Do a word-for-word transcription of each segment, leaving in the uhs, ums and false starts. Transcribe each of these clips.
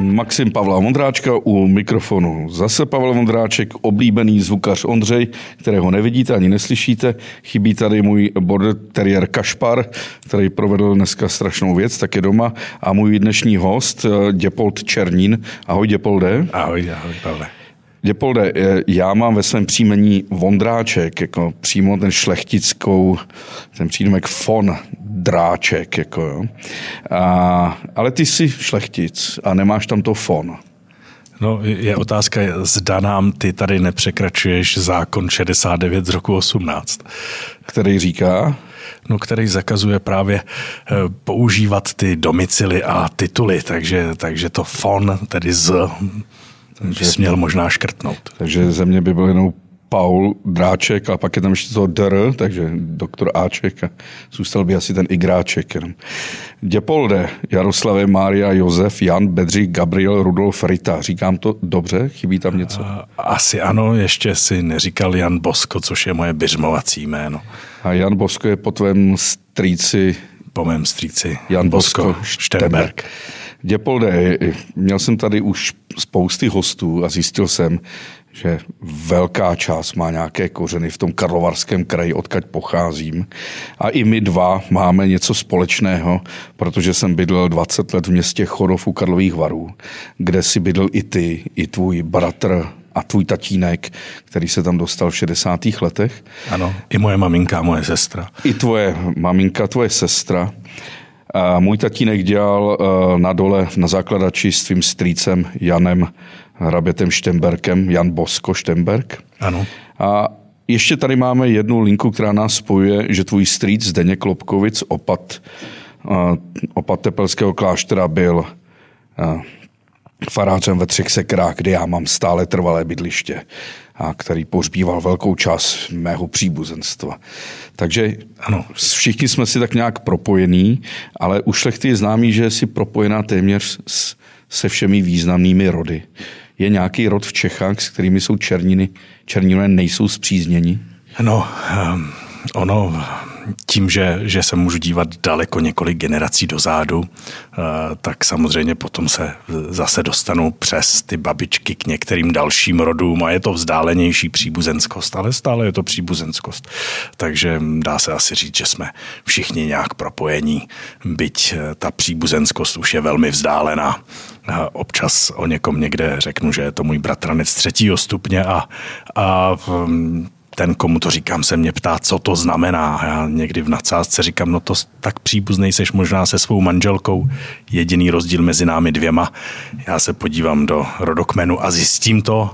Maxim Pavla Vondráčka u mikrofonu. Zase Pavel Vondráček, oblíbený zvukař Ondřej, kterého nevidíte ani neslyšíte. Chybí tady můj border terrier Kašpar, který provedl dneska strašnou věc, tak je doma. A můj dnešní host, Děpold Černín. Ahoj, Děpolde. Ahoj, ahoj, Pavle. Děpolde, já mám ve svém příjmení Vondráček, jako přímo ten šlechtickou, ten přídomek von Dráček, jako jo. A, ale ty jsi šlechtic a nemáš tam to von. No, je otázka, zda nám ty tady nepřekračuješ zákon šedesát devět z roku osmnáct. Který říká? No, který zakazuje právě používat ty domicily a tituly, takže, takže to von, tedy z... Takže jsi měl možná škrtnout. Takže ze mě by byl jenom Paul Dráček a pak je tam ještě to dr, takže doktor Aček a zůstal by asi ten Igráček jenom. Děpolde, Jaroslave, Mária, Josef, Jan, Bedřich, Gabriel, Rudolf, Rita. Říkám to dobře? Chybí tam něco? Asi ano, ještě si neříkal Jan Bosko, což je moje běžmovací jméno. A Jan Bosko je po tvém strýci? Po mém strýci. Jan Bosko, Bosko Štemberk. Děpolde, měl jsem tady už spousty hostů a zjistil jsem, že velká část má nějaké kořeny v tom Karlovarském kraji, odkud pocházím. A i my dva máme něco společného, protože jsem bydlel dvacet let v městě Chodov u Karlových Varů, kde si bydlel i ty, i tvůj bratr a tvůj tatínek, který se tam dostal v šedesátých letech. Ano, i moje maminka a moje sestra. I tvoje maminka, tvoje sestra. A můj tatínek dělal na dole na základači s tvým strýcem Janem hrabětem Štemberkem, Jan Bosko Štemberk. Ano. A ještě tady máme jednu linku, která nás spojuje, že tvůj strýc Zdeněk Lobkovic, opat, opat Tepelského kláštera, byl farářem ve Třech Sekerách, kde já mám stále trvalé bydliště, a který pohřbíval velkou část mého příbuzenstva. Takže ano, všichni jsme si tak nějak propojení, ale u šlechty je známý, že jsi propojená téměř s, se všemi významnými rody. Je nějaký rod v Čechách, s kterými jsou Černiny, Černínové nejsou spřízněni? No, um, ono... Tím, že, že se můžu dívat daleko několik generací dozadu, tak samozřejmě potom se zase dostanu přes ty babičky k některým dalším rodům a je to vzdálenější příbuzenskost, ale stále je to příbuzenskost. Takže dá se asi říct, že jsme všichni nějak propojení, byť ta příbuzenskost už je velmi vzdálená. Občas o někom někde řeknu, že je to můj bratranec třetího stupně a, a ten, komu to říkám, se mě ptá, co to znamená. Já někdy v nadsázce říkám, no to tak příbuznej seš možná se svou manželkou. Jediný rozdíl mezi námi dvěma. Já se podívám do rodokmenu a zjistím to.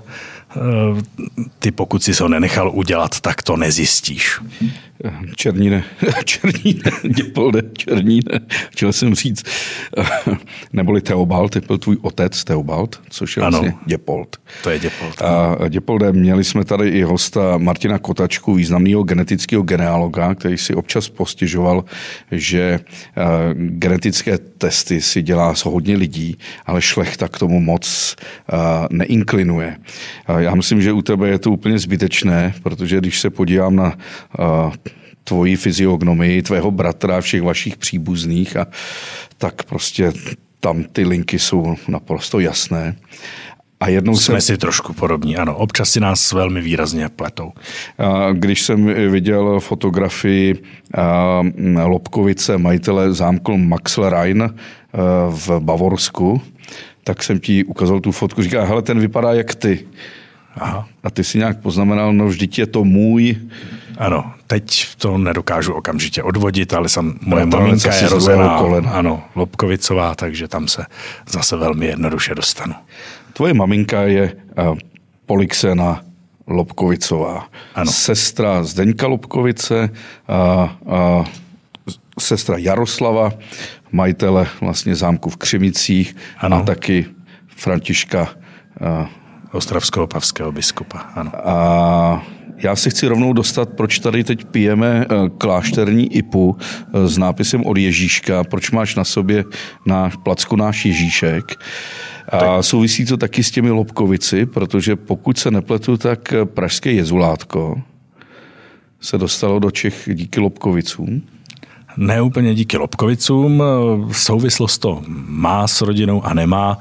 Ty, pokud si ho nenechal udělat, tak to nezjistíš. Černíne, Černíne, Děpolde, Černíne, chtěl jsem říct, neboli Teobald, to byl tvůj otec Teobald, což je vlastně Děpold. To je Děpold. A Děpolde, měli jsme tady i hosta Martina Kotačku, významného genetického genealoga, který si občas postěžoval, že genetické testy si dělá s hodně lidí, ale šlechta k tomu moc neinklinuje. Já myslím, že u tebe je to úplně zbytečné, protože když se podívám na tvoji fyziognomii, tvého bratra a všech vašich příbuzných, a tak prostě tam ty linky jsou naprosto jasné. A jednou Jsme jsem... si trošku podobní, ano. Občas si nás velmi výrazně pletou. A když jsem viděl fotografii Lobkovice, majitele zámku Maxl-Rhein v Bavorsku, tak jsem ti ukázal tu fotku. Říká, hele, ten vypadá jak ty. Aha. A ty si nějak poznamenal, no vždyť je to můj. Ano, teď to nedokážu okamžitě odvodit, ale sam, moje maminka je rozená, ano, Lobkovicová, takže tam se zase velmi jednoduše dostanu. Tvoje maminka je uh, Polixena Lobkovicová. Ano. Sestra Zdeňka Lobkovice, uh, uh, sestra Jaroslava, majitele vlastně zámku v Křimicích, ano. A taky Františka uh, Ostravského pavského biskupa. Ano. A já si chci rovnou dostat, proč tady teď pijeme klášterní I P U s nápisem od Ježíška, proč máš na sobě na placku náš Ježíšek. A souvisí to taky s těmi Lobkovici, protože pokud se nepletu, tak pražské jezulátko se dostalo do Čech díky Lobkovicům. Ne úplně díky Lobkovicům, souvislost to má s rodinou a nemá.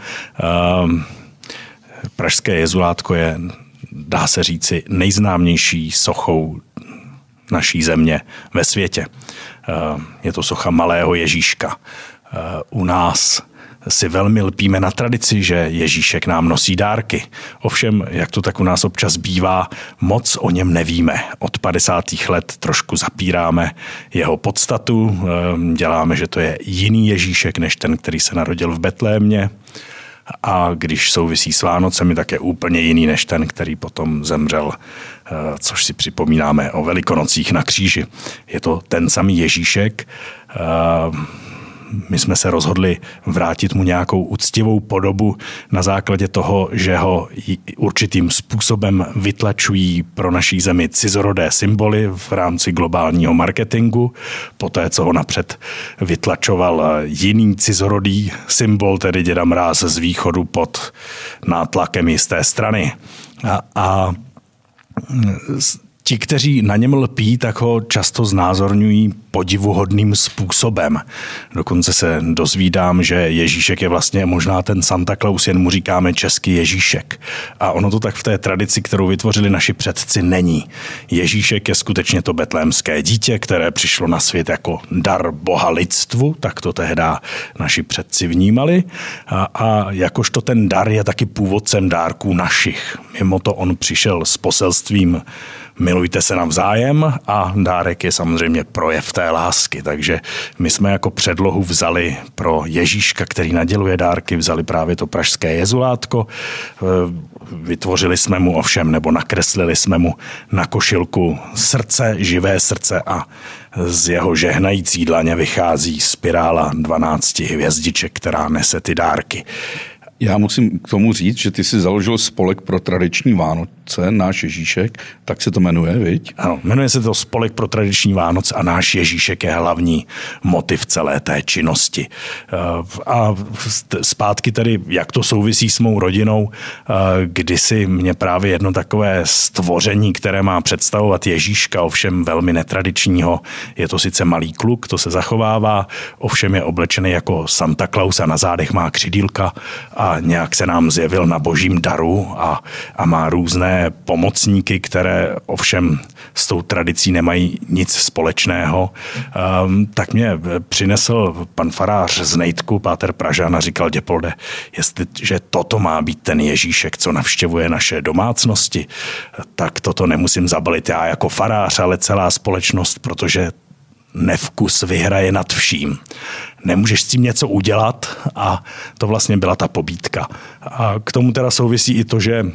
Pražské jezulátko je, dá se říci, nejznámější sochou naší země ve světě. Je to socha malého Ježíška. U nás si velmi lpíme na tradici, že Ježíšek nám nosí dárky. Ovšem, jak to tak u nás občas bývá, moc o něm nevíme. Od padesátých let trošku zapíráme jeho podstatu, děláme, že to je jiný Ježíšek, než ten, který se narodil v Betlémě. A když souvisí s Vánocemi, tak je úplně jiný než ten, který potom zemřel, což si připomínáme o Velikonocích na kříži. Je to ten samý Ježíšek. My jsme se rozhodli vrátit mu nějakou úctivou podobu na základě toho, že ho určitým způsobem vytlačují pro naší zemi cizorodé symboly v rámci globálního marketingu. Poté, co ho napřed vytlačoval jiný cizorodý symbol, tedy Děda Mráz z východu pod nátlakem jisté strany. A, a ti, kteří na něm lpí, tak ho často znázorňují podivuhodným způsobem. Dokonce se dozvídám, že Ježíšek je vlastně možná ten Santa Claus, jen mu říkáme český Ježíšek. A ono to tak v té tradici, kterou vytvořili naši předci, není. Ježíšek je skutečně to betlémské dítě, které přišlo na svět jako dar Boha lidstvu, tak to tehdy naši předci vnímali. A, a jakožto ten dar je taky původcem dárků našich. Mimo to on přišel s poselstvím milujte se navzájem a dárek je samozřejmě projev té lásky. Takže my jsme jako předlohu vzali pro Ježíška, který naděluje dárky, vzali právě to pražské jezulátko. Vytvořili jsme mu ovšem, nebo nakreslili jsme mu na košilku srdce, živé srdce a z jeho žehnající dlaně vychází spirála dvanácti hvězdiček, která nese ty dárky. Já musím k tomu říct, že ty jsi založil spolek pro tradiční Vánoce, Náš Ježíšek, tak se to jmenuje, viď? Ano, jmenuje se to Spolek pro tradiční Vánoce a Náš Ježíšek je hlavní motiv celé té činnosti. A zpátky tedy, jak to souvisí s mou rodinou, kdysi mě právě jedno takové stvoření, které má představovat Ježíška, ovšem velmi netradičního, je to sice malý kluk, to se zachovává, ovšem je oblečený jako Santa Claus a na zádech má křidýlka a nějak se nám zjevil na božím daru a, a má různé pomocníky, které ovšem s tou tradicí nemají nic společného. Um, tak mě přinesl pan farář z Nejtku, páter Pražan, a říkal: Děpolde, jestliže toto má být ten Ježíšek, co navštěvuje naše domácnosti, tak toto nemusím zabalit já jako farář, ale celá společnost, protože nevkus vyhraje nad vším. Nemůžeš s tím něco udělat a to vlastně byla ta pobídka. A k tomu teda souvisí i to, že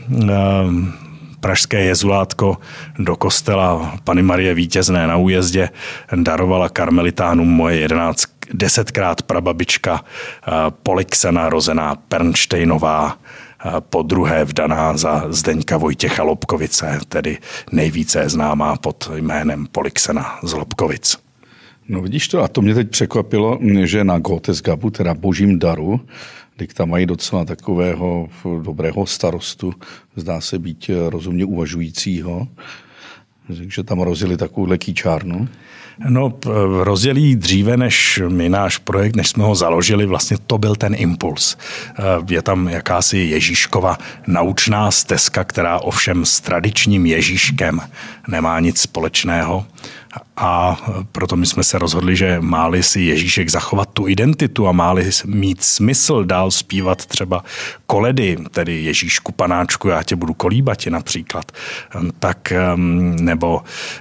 pražské jezulátko do kostela Panny Marie Vítězné na Újezdě darovala karmelitánům moje jedenáct, desetkrát prababička Polixena rozená Pernštejnová, po druhé vdaná za Zdeňka Vojtěcha Lobkovice, tedy nejvíce známá pod jménem Polixena z Lobkovic. No vidíš to, a to mě teď překvapilo, že na Gottesgabu, teda božím daru, když tam mají docela takového dobrého starostu, zdá se být rozumně uvažujícího, že tam rozjeli takovouhle kýčárnu. No, rozdělí dříve, než my náš projekt, než jsme ho založili, vlastně to byl ten impuls. Je tam jakási Ježíškova naučná stezka, která ovšem s tradičním Ježíškem nemá nic společného. A proto my jsme se rozhodli, že máli si Ježíšek zachovat tu identitu a máli mít smysl dál zpívat třeba koledy, tedy Ježíšku panáčku, já tě budu kolíbati například, tak nebo,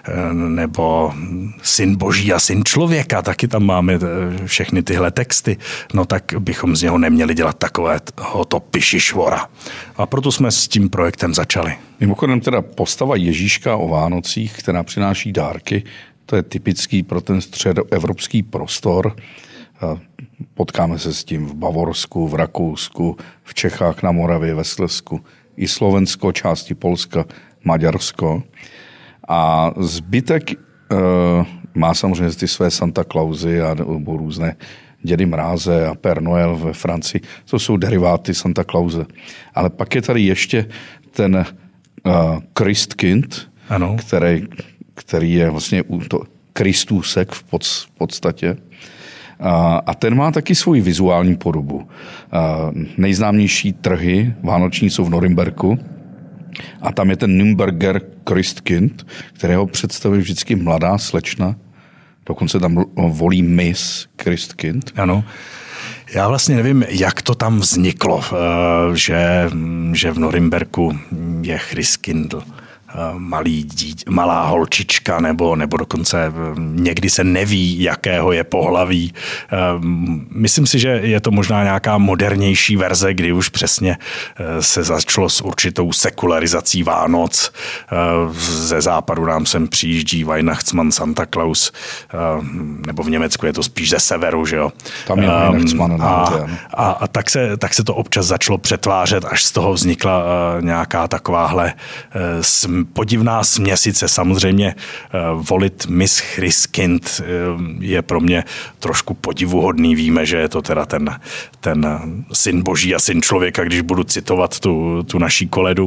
nebo Syn Boží a Syn člověka, taky tam máme všechny tyhle texty, no tak bychom z něho neměli dělat takového to pišišvora. A proto jsme s tím projektem začali. Mimochodem teda postava Ježíška o Vánocích, která přináší dárky, to je typický pro ten středoevropský prostor. Potkáme se s tím v Bavorsku, v Rakousku, v Čechách, na Moravě, ve Slezsku, i Slovensko, části Polska, Maďarsko. A zbytek e, má samozřejmě ty své Santa Clausy a nebo různé Dědy Mráze a Père Noël ve Francii. To jsou deriváty Santa Clause. Ale pak je tady ještě ten uh, Christkind, ano. Který, který je vlastně to Kristůsek v podstatě. A ten má taky svoji vizuální podobu. Nejznámější trhy vánoční jsou v Norimberku a tam je ten Nürnberger Christkind, kterého představuje vždycky mladá slečna, dokonce tam volí Miss Christkind. Ano. Já vlastně nevím, jak to tam vzniklo, že, že v Norimberku je Christkindl. Malý dítě, malá holčička, nebo, nebo dokonce někdy se neví, jakého je pohlaví. Myslím si, že je to možná nějaká modernější verze, kdy už přesně se začalo s určitou sekularizací Vánoc. Ze západu nám sem přijíždí Weihnachtsmann, Santa Claus, nebo v Německu je to spíš ze severu, že jo? Tam je Weihnachtsmann. A, a, a tak, se, tak se to občas začalo přetvářet, až z toho vznikla nějaká takováhle podivná směsice. Samozřejmě volit Miss Christkind je pro mě trošku podivuhodný. Víme, že je to teda ten, ten syn boží a syn člověka, když budu citovat tu, tu naší koledu.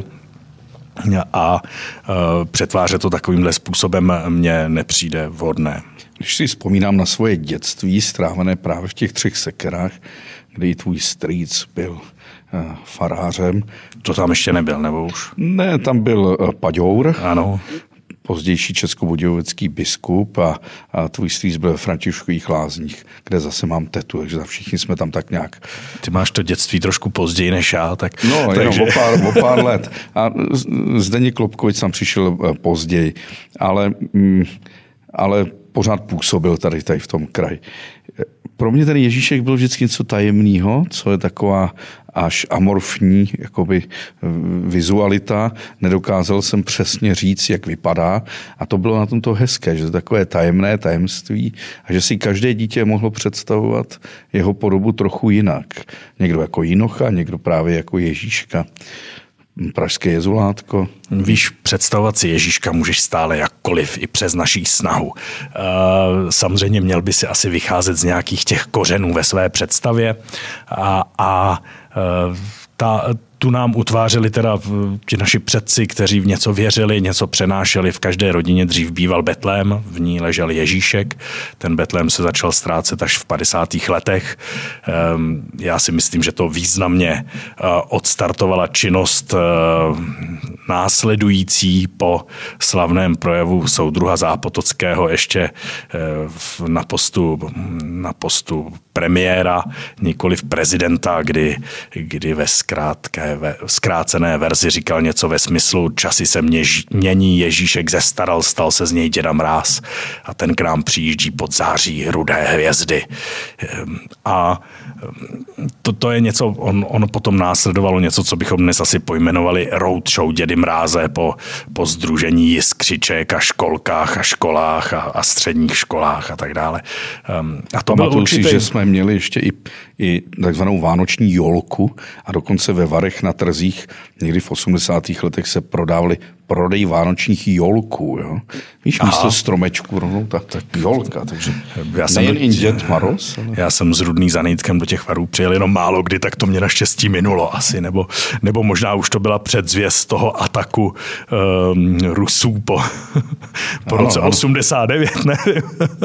A přetvářet to takovýmhle způsobem mně nepřijde vhodné. Když si vzpomínám na svoje dětství, strávené právě v těch třech sekerách, kde i tvůj strýc byl farářem. To tam ještě nebyl, nebo už? Ne, tam byl Paďour, ano. Pozdější českobudějovický biskup a, a tvůj strýc byl v Františkových Lázních, kde zase mám tetu, takže všichni jsme tam tak nějak. Ty máš to dětství trošku později než já, tak... No, takže... jenom o pár, o pár let. A Zdeněk Klopkovič tam přišel později, ale, ale pořád působil tady, tady v tom kraji. Pro mě ten Ježíšek byl vždycky něco tajemného, co je taková až amorfní jakoby, vizualita. Nedokázal jsem přesně říct, jak vypadá. A to bylo na tom to hezké, že to je takové tajemné tajemství a že si každé dítě mohlo představovat jeho podobu trochu jinak. Někdo jako Jinocha, někdo právě jako Ježíška. Pražské jezulátko. Víš, představovat si Ježíška můžeš stále jakkoliv, i přes naší snahu. Samozřejmě měl by si asi vycházet z nějakých těch kořenů ve své představě a, a ta, tu nám utvářeli teda ti naši předci, kteří v něco věřili, něco přenášeli. V každé rodině dřív býval betlém, v ní ležel Ježíšek. Ten betlém se začal ztrácet až v padesátých letech. Já si myslím, že to významně odstartovala činnost následující po slavném projevu soudruha Zápotockého ještě na postu, na postu premiéra, nikoliv prezidenta, kdy, kdy ve zkrátké, ve zkrácené verzi říkal něco ve smyslu časy se mění, Ježíšek zestaral, stal se z něj děda Mráz a ten k nám přijíždí pod září rudé hvězdy. A to, to je něco, on, on potom následovalo něco, co bychom dnes asi pojmenovali roadshow dědy Mráze po, po sdružení jiskřiček a školkách a školách a, a středních školách a tak dále. A to byl určitý... si, že jsme měli ještě i, i takzvanou vánoční jolku a dokonce ve Varech na trzích někdy v osmdesátých letech se prodávali prodej vánočních jolků. Jo? Víš, Aha. místo stromečku rovnou ta tak jolka. Takže já jsem nejen do... Děd Maroz. Ale... Já jsem z Rudný za Nejtkem do těch Varů přijel jenom málo kdy, tak to mě naštěstí minulo asi. Nebo, nebo možná už to byla předzvěst toho ataku um, Rusů po, po roce osmdesát devět, nevím.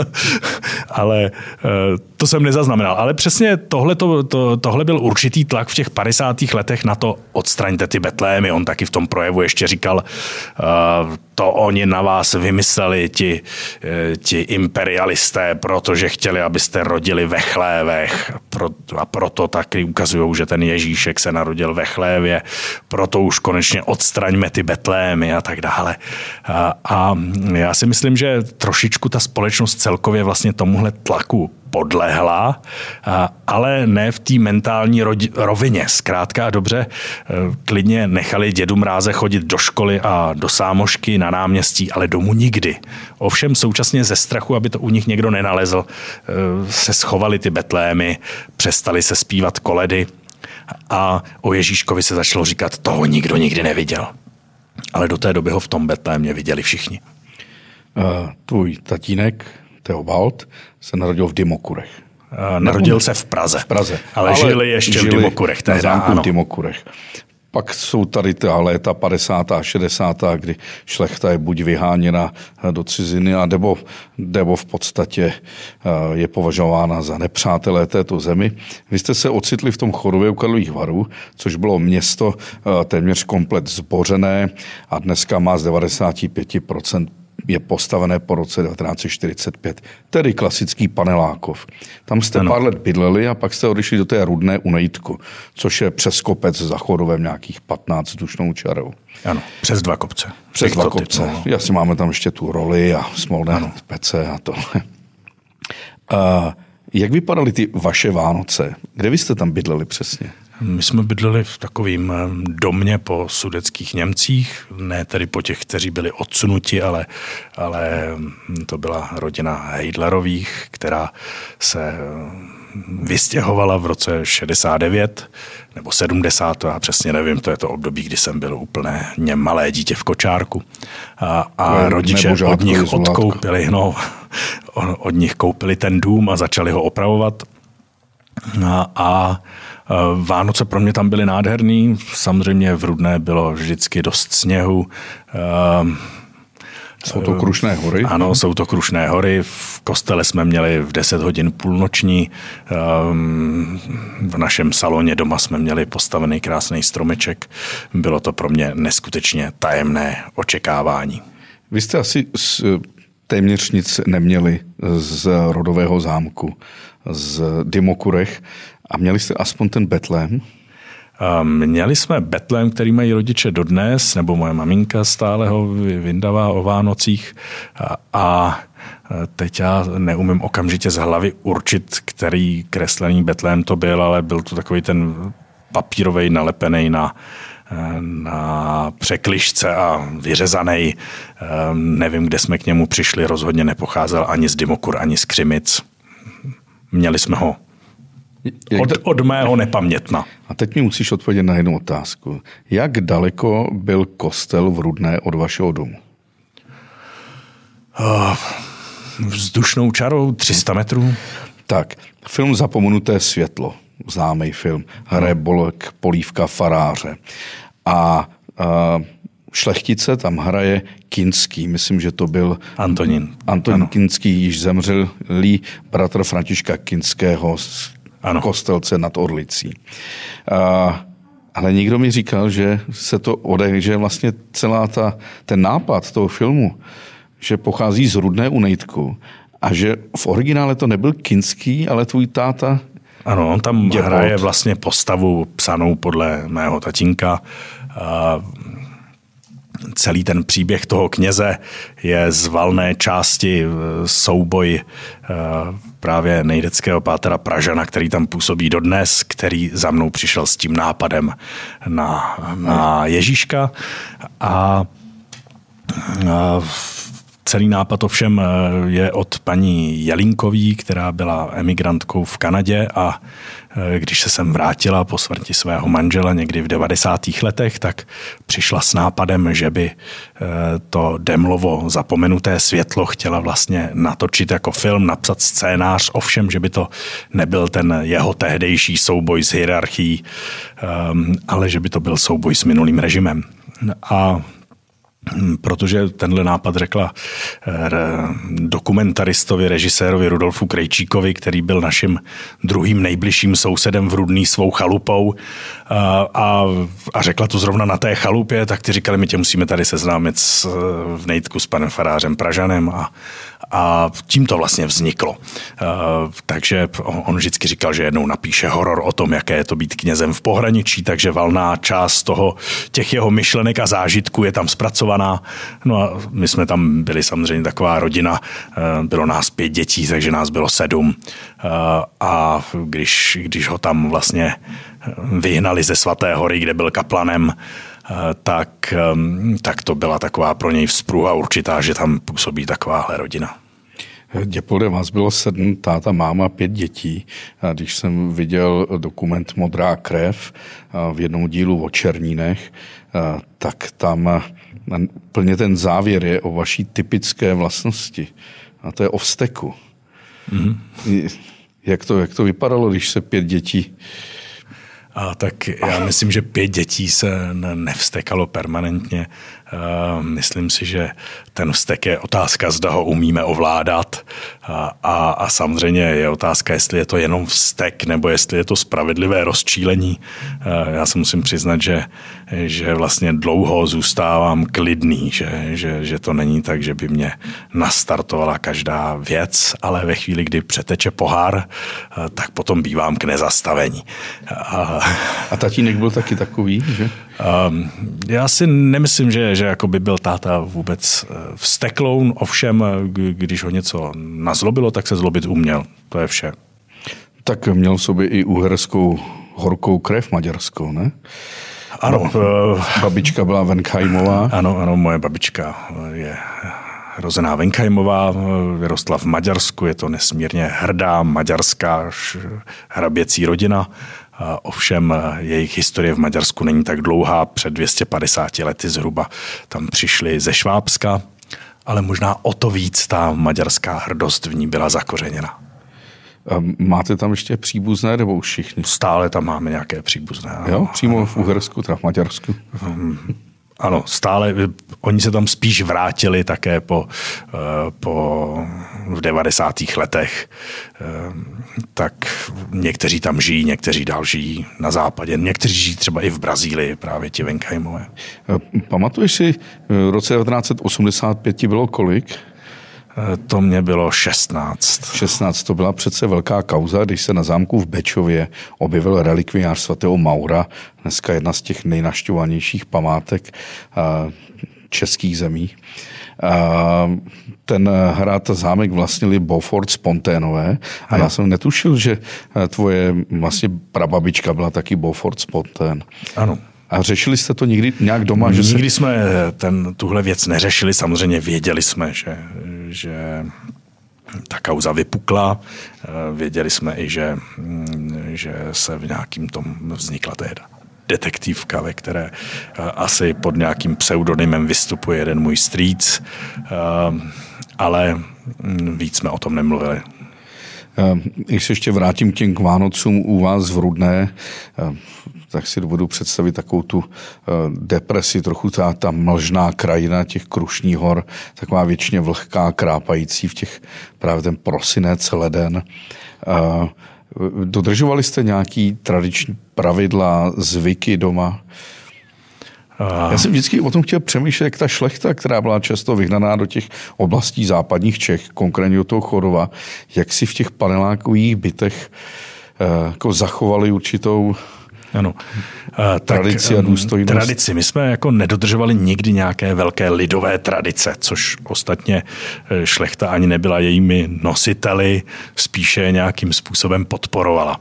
Ale uh, to jsem nezaznamenal. Ale přesně tohle, to, to, tohle byl určitý tlak v těch padesátých letech na to odstraňte ty betlémy. On taky v tom projevu ještě říkal, uh, to oni na vás vymysleli, ti, ti imperialisté, protože chtěli, abyste rodili ve chlévech. A proto taky ukazují, že ten Ježíšek se narodil ve chlévě. Proto už konečně odstraňme ty betlémy a tak dále. A, a já si myslím, že trošičku ta společnost celkově vlastně tomuhle tlaku podlehla, ale ne v té mentální rovině. Zkrátka a dobře, klidně nechali dědu Mráze chodit do školy a do sámošky na náměstí, ale domů nikdy. Ovšem současně ze strachu, aby to u nich někdo nenalezl, se schovali ty betlémy, přestali se zpívat koledy a o Ježíškovi se začalo říkat, toho nikdo nikdy neviděl. Ale do té doby ho v tom betlémě viděli všichni. Uh, tvůj tatínek Teobald se narodil v Dymokurech. Narodil se v Praze, v Praze. ale, ale žili ještě žili v Dymokurech. Na zámku v Dymokurech. Pak jsou tady ta léta padesátá, šedesátá, kdy šlechta je buď vyháněna do ciziny, a nebo, nebo v podstatě je považována za nepřátelé této zemi. Vy jste se ocitli v tom Chodově u Karlových Varů, což bylo město téměř komplet zbořené a dneska má z devadesát pět procent je postavené po roce devatenáct set čtyřicet pět, tedy klasický panelákov. Tam jste ano. pár let bydleli a pak jste odešli do té Rudné u Nejtku, což je přes kopec za Chodovem nějakých patnáct vzdušnou čarou. Ano, přes dva kopce. Přes dva kopce. Typu, no. Jasně, máme tam ještě tu roli a smolné ano. pece a tohle. A jak vypadaly ty vaše Vánoce? Kde vy jste tam bydleli přesně? My jsme bydleli v takovým domě po sudetských Němcích, ne tedy po těch, kteří byli odsunuti, ale, ale to byla rodina Heidlerových, která se vystěhovala v roce šedesát devět nebo sedmdesát, to já přesně nevím, to je to období, kdy jsem byl úplně malé dítě v kočárku. A, a rodiče od nich odkoupili, no, od nich koupili ten dům a začali ho opravovat. A, a Vánoce pro mě tam byly nádherný, samozřejmě v Rudné bylo vždycky dost sněhu. Jsou to Krušné hory? Ano, jsou to Krušné hory. V kostele jsme měli v deset hodin půlnoční. V našem saloně doma jsme měli postavený krásný stromeček. Bylo to pro mě neskutečně tajemné očekávání. Vy jste asi téměř nic neměli z rodového zámku, z Dymokurech, a měli jste aspoň ten betlém? Měli jsme betlém, který mají rodiče dodnes, nebo moje maminka stále ho vyndává o Vánocích. A, a teď já neumím okamžitě z hlavy určit, který kreslený betlém to byl, ale byl to takový ten papírovej nalepený na, na překližce a vyřezaný. Nevím, kde jsme k němu přišli, rozhodně nepocházel ani z Dymokur, ani z Křimic. Měli jsme ho od, od mého nepamětna. A teď mi musíš odpovědět na jednu otázku. Jak daleko byl kostel v Rudné od vašeho domu? Uh, vzdušnou čarou tři sta metrů. Tak, film Zapomenuté světlo, známý film, hraje Bolek, Polívka, faráře. A uh, Šlechtice tam hraje Kinský, myslím, že to byl Antonín. Antonín Kinský, již zemřelý bratr Františka Kinského z ano. Kostelce nad Orlicí. A, ale někdo mi říkal, že se to ode, že vlastně celá ta, ten nápad toho filmu, že pochází z Rudné u Nejtku a že v originále to nebyl Kinský, ale tvůj táta. Ano, on tam děvod. Hraje vlastně postavu psanou podle mého tatínka. A celý ten příběh toho kněze je z valné části souboj právě nejdeckého pátra Pražana, který tam působí dodnes, který za mnou přišel s tím nápadem na, na Ježíška. A, a celý nápad ovšem je od paní Jelínkový, která byla emigrantkou v Kanadě, a když se sem vrátila po smrti svého manžela někdy v devadesátých letech, tak přišla s nápadem, že by to Demlovo Zapomenuté světlo chtěla vlastně natočit jako film, napsat scénář, ovšem, že by to nebyl ten jeho tehdejší souboj s hierarchií, ale že by to byl souboj s minulým režimem. A protože tenhle nápad řekla dokumentaristovi, režisérovi Rudolfu Krejčíkovi, který byl naším druhým nejbližším sousedem v Rudný svou chalupou, a, a, a řekla to zrovna na té chalupě, tak ty říkali, my tě musíme tady seznámit s, v Nejtku s panem farářem Pražanem, a, a tím to vlastně vzniklo. A, takže on vždycky říkal, že jednou napíše horor o tom, jaké je to být knězem v pohraničí, takže valná část toho, těch jeho myšlenek a zážitků je tam zpracovaná. No a my jsme tam byli samozřejmě taková rodina, bylo nás pět dětí, takže nás bylo sedm. A když, když ho tam vlastně vyhnali ze Svaté hory, kde byl kaplanem, tak, tak to byla taková pro něj vzpruha určitá, že tam působí takováhle rodina. Děpolde, vás bylo sedm, táta, máma, pět dětí. A když jsem viděl dokument Modrá krev v jednom dílu o Černínech, tak tam plně ten závěr je o vaší typické vlastnosti. A to je o vzteku. Mm-hmm. Jak to, jak to vypadalo, když se pět dětí... A tak já myslím, že pět dětí se nevstekalo permanentně. Myslím si, že ten vztek je otázka, zda ho umíme ovládat. A, a, a samozřejmě je otázka, jestli je to jenom vztek, nebo jestli je to spravedlivé rozčílení. Já se musím přiznat, že, že vlastně dlouho zůstávám klidný, že, že, že to není tak, že by mě nastartovala každá věc, ale ve chvíli, kdy přeteče pohár, tak potom bývám k nezastavení. A, a tatínek byl taky takový, že? Um, já si nemyslím, že, že jako by byl táta vůbec vztekloun, ovšem, když ho něco nazlobilo, tak se zlobit uměl. To je vše. Tak měl v sobě i uherskou horkou krev maďarskou, ne? Ano. Babička byla Venkheimová. Ano, ano, moje babička je rozená Venkheimová, vyrostla v Maďarsku, je to nesmírně hrdá maďarská hraběcí rodina. Ovšem jejich historie v Maďarsku není tak dlouhá, před dvě stě padesáti lety zhruba tam přišli ze Švábska, ale možná o to víc ta maďarská hrdost v ní byla zakořeněna. A máte tam ještě příbuzné, nebo už všichni? Stále tam máme nějaké příbuzné. Jo, přímo v Uhersku, teda v Maďarsku. Ano, stále, oni se tam spíš vrátili také po, po v devadesátých letech. Tak někteří tam žijí, někteří dál žijí na západě, někteří žijí třeba i v Brazílii, právě ti Venkheimové. Pamatuješ si, v roce devatenáct set osmdesát pět ti bylo kolik? To mě bylo šestnáct. šestnáct, to byla přece velká kauza, když se na zámku v Bečově objevil relikviář svatého Maura, dneska jedna z těch nejnašťovanějších památek českých zemí. Ten hrad zámek vlastnili Beaufort-Spontainové a já jsem netušil, že tvoje vlastně prababička byla taky Beaufort-Spontaine. Ano. A řešili jste to někdy nějak doma? Že Nikdy se... jsme ten, tuhle věc neřešili, samozřejmě věděli jsme, že, že ta kauza vypukla, věděli jsme i, že, že se v nějakým tom vznikla tehda detektivka, ve které asi pod nějakým pseudonymem vystupuje jeden můj strýc, ale víc jsme o tom nemluvili. Když se ještě vrátím k těm k Vánocům u vás v Rudné, tak si dovedu představit takovou tu depresi, trochu ta, ta mlžná krajina těch Krušných hor, taková věčně vlhká, krápající v těch právě ten prosinec, leden. Dodržovali jste nějaký tradiční pravidla, zvyky doma? Já jsem vždycky o tom chtěl přemýšlet, jak ta šlechta, která byla často vyhnaná do těch oblastí západních Čech, konkrétně do toho Chodova, jak si v těch panelákových bytech jako zachovali určitou ano. tradici a důstojnost. Tradici. My jsme jako nedodržovali nikdy nějaké velké lidové tradice, což ostatně šlechta ani nebyla jejími nositeli, spíše nějakým způsobem podporovala.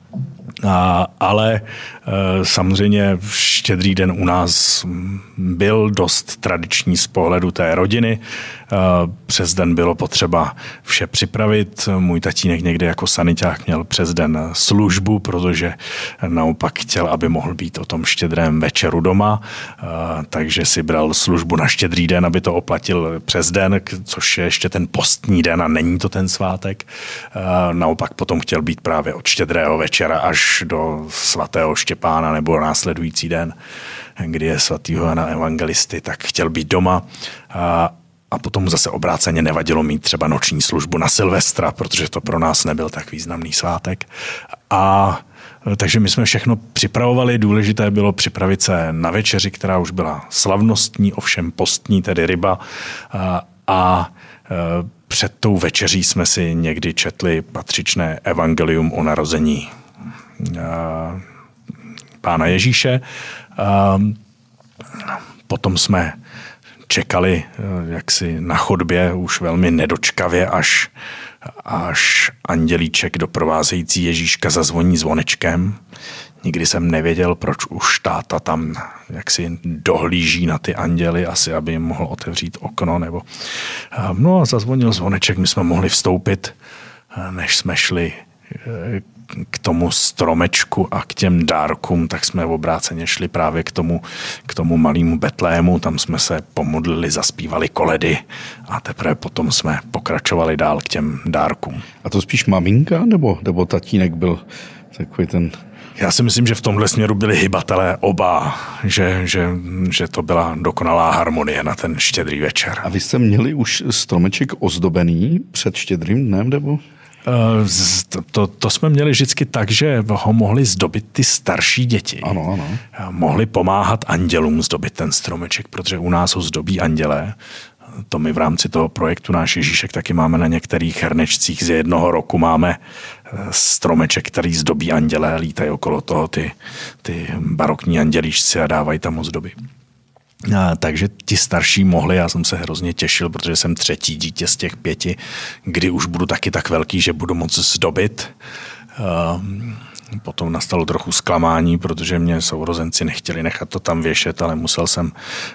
A, ale e, samozřejmě Štědrý den u nás byl dost tradiční z pohledu té rodiny. E, přes den bylo potřeba vše připravit. Můj tatínek někdy jako saniťák měl přes den službu, protože naopak chtěl, aby mohl být o tom štědrém večeru doma. E, takže si bral službu na Štědrý den, aby to oplatil přes den, což je ještě ten postní den a není to ten svátek. E, naopak potom chtěl být právě od štědrého večera až do svatého Štěpána nebo následující den, kdy je svatýho Jana Evangelisty, tak chtěl být doma a, a potom zase obráceně nevadilo mít třeba noční službu na Silvestra, protože to pro nás nebyl tak významný svátek. A takže my jsme všechno připravovali, důležité bylo připravit se na večeři, která už byla slavnostní, ovšem postní, tedy ryba a, a před tou večeří jsme si někdy četli patřičné evangelium o narození Pána Ježíše. Potom jsme čekali jaksi na chodbě už velmi nedočkavě, až, až andělíček doprovázející Ježíška zazvoní zvonečkem. Nikdy jsem nevěděl, proč už táta tam jaksi dohlíží na ty anděly, asi aby jim mohl otevřít okno. Nebo... No a zazvonil zvoneček, my jsme mohli vstoupit, než jsme šli k tomu stromečku a k těm dárkům, tak jsme obráceně šli právě k tomu, k tomu malému Betlému, tam jsme se pomodlili, zaspívali koledy a teprve potom jsme pokračovali dál k těm dárkům. A to spíš maminka nebo, nebo tatínek byl takový ten Já si myslím, že v tomhle směru byli hybatelé oba, že, že, že to byla dokonalá harmonie na ten štědrý večer. A vy jste měli už stromeček ozdobený před štědrým dnem, nebo? To, to, to jsme měli vždycky tak, že ho mohli zdobit ty starší děti. Ano, ano. Mohli pomáhat andělům zdobit ten stromeček, protože u nás ho zdobí andělé. To my v rámci toho projektu Náš Ježíšek taky máme na některých hernečcích. Z jednoho roku máme stromeček, který zdobí andělé, lítají okolo toho ty, ty barokní andělíčci a dávají tam ozdoby. A, takže ti starší mohli, já jsem se hrozně těšil, protože jsem třetí dítě z těch pěti, kdy už budu taky tak velký, že budu moc zdobit. A, potom nastalo trochu zklamání, protože mě sourozenci nechtěli nechat to tam věšet, ale musel jsem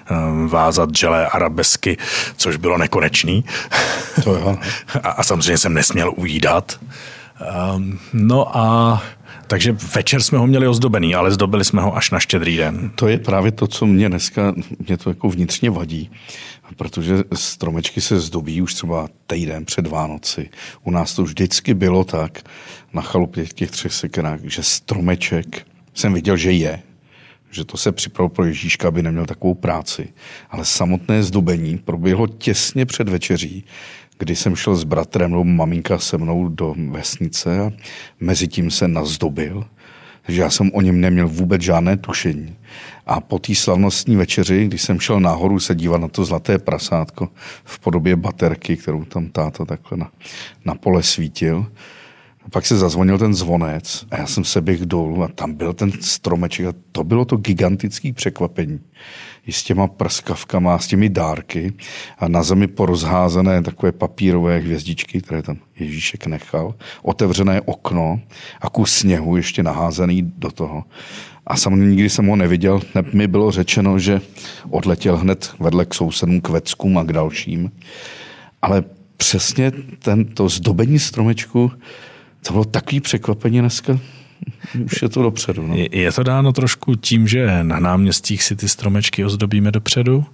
vázat želé arabesky, což bylo nekonečný. To jo. a, a samozřejmě jsem nesměl ujídat. A, no a takže večer jsme ho měli ozdobený, ale zdobili jsme ho až na štědrý den. To je právě to, co mě dneska, mě to jako vnitřně vadí, protože stromečky se zdobí už třeba týden před Vánoci. U nás to vždycky bylo tak, na chalupě těch třech sekerách, že stromeček jsem viděl, že je, že to se připravilo pro Ježíška, aby neměl takovou práci. Ale samotné zdobení proběhlo těsně před večeří, kdy jsem šel s bratrem, nebo maminka se mnou do vesnice a mezi tím se nazdobil. Takže já jsem o něm neměl vůbec žádné tušení. A po té slavnostní večeři, když jsem šel nahoru se dívat na to zlaté prasátko v podobě baterky, kterou tam táta takhle na, na pole svítil, pak se zazvonil ten zvonec a já jsem se běhl dolů a tam byl ten stromeček a to bylo to gigantické překvapení. I s těma prskavkama, s těmi dárky a na zemi porozházené takové papírové hvězdičky, které tam Ježíšek nechal, otevřené okno a kus sněhu ještě naházený do toho. A samozřejmě nikdy jsem ho neviděl, mi bylo řečeno, že odletěl hned vedle k sousedům, k veckům a k dalším. Ale přesně tento zdobení stromečku, to bylo takový překvapení dneska. Už je to dopředu. No. Je to dáno trošku tím, že na náměstích si ty stromečky ozdobíme dopředu.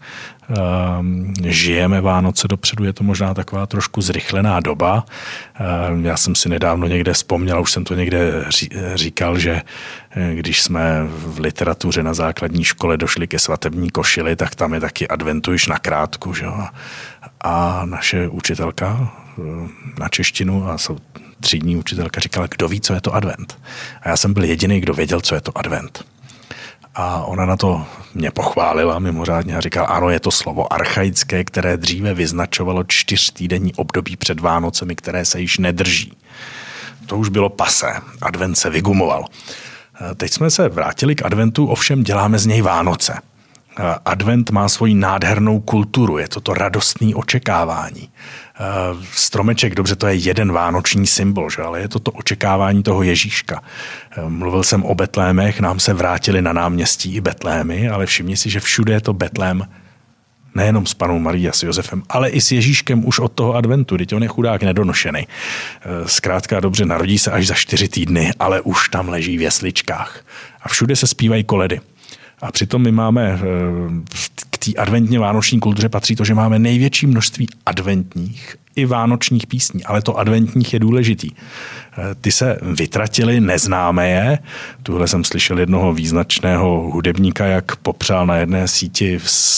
Žijeme Vánoce dopředu, je to možná taková trošku zrychlená doba. Já jsem si nedávno někde vzpomněl, už jsem to někde říkal, že když jsme v literatuře na základní škole došli ke svatební košili, tak tam je taky adventu již na krátku. Že? A naše učitelka na češtinu a jsou třídní učitelka říkala, kdo ví, co je to advent. A já jsem byl jediný, kdo věděl, co je to advent. A ona na to mě pochválila mimořádně a říkala, ano, je to slovo archaické, které dříve vyznačovalo čtyřtýdenní období před Vánocemi, které se již nedrží. To už bylo pasé. Advent se vygumoval. Teď jsme se vrátili k adventu, ovšem děláme z něj Vánoce. Advent má svoji nádhernou kulturu, je to to radostné očekávání. Stromeček, dobře, to je jeden vánoční symbol, že? Ale je to to očekávání toho Ježíška. Mluvil jsem o Betlémech, nám se vrátili na náměstí i Betlémy, ale všimni si, že všude je to Betlém nejenom s panou Marií a s Josefem, ale i s Ježíškem už od toho adventu, teď on je chudák nedonošený. Zkrátka dobře, narodí se až za čtyři týdny, ale už tam leží v jesličkách. A všude se zpívají koledy. A přitom my máme, k té adventně vánoční kultuře patří to, že máme největší množství adventních i vánočních písní, ale to adventních je důležitý. Ty se vytratily, neznáme je. Tuhle jsem slyšel jednoho význačného hudebníka, jak popřál na jedné síti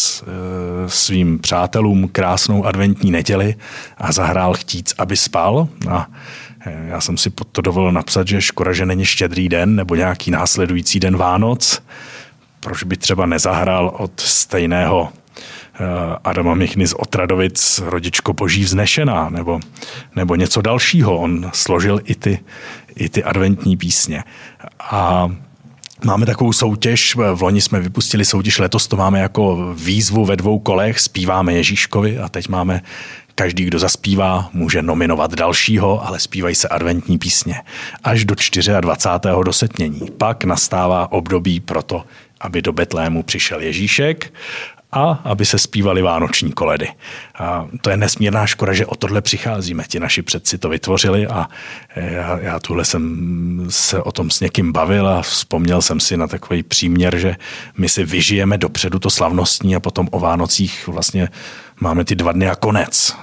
svým přátelům krásnou adventní neděli a zahrál Chtíc, aby spal. A já jsem si pod to dovolil napsat, že škoda, že není štědrý den nebo nějaký následující den Vánoc. Proč by třeba nezahrál od stejného Adama Michny z Otradovic Rodičko Boží vznešená nebo, nebo něco dalšího. On složil i ty, i ty adventní písně. A máme takovou soutěž, v loni jsme vypustili soutěž, letos to máme jako výzvu ve dvou kolech, zpíváme Ježíškovi a teď máme každý, kdo zaspívá, může nominovat dalšího, ale zpívají se adventní písně. Až do dvacátého čtvrtého do setmění. Pak nastává období pro to, aby do Betlému přišel Ježíšek a aby se zpívaly vánoční koledy. A to je nesmírná škoda, že o tohle přicházíme. Ti naši předci to vytvořili a já, já tuhle jsem se o tom s někým bavil a vzpomněl jsem si na takový příměr, že my si vyžijeme dopředu to slavnostní a potom o Vánocích vlastně máme ty dva dny a konec.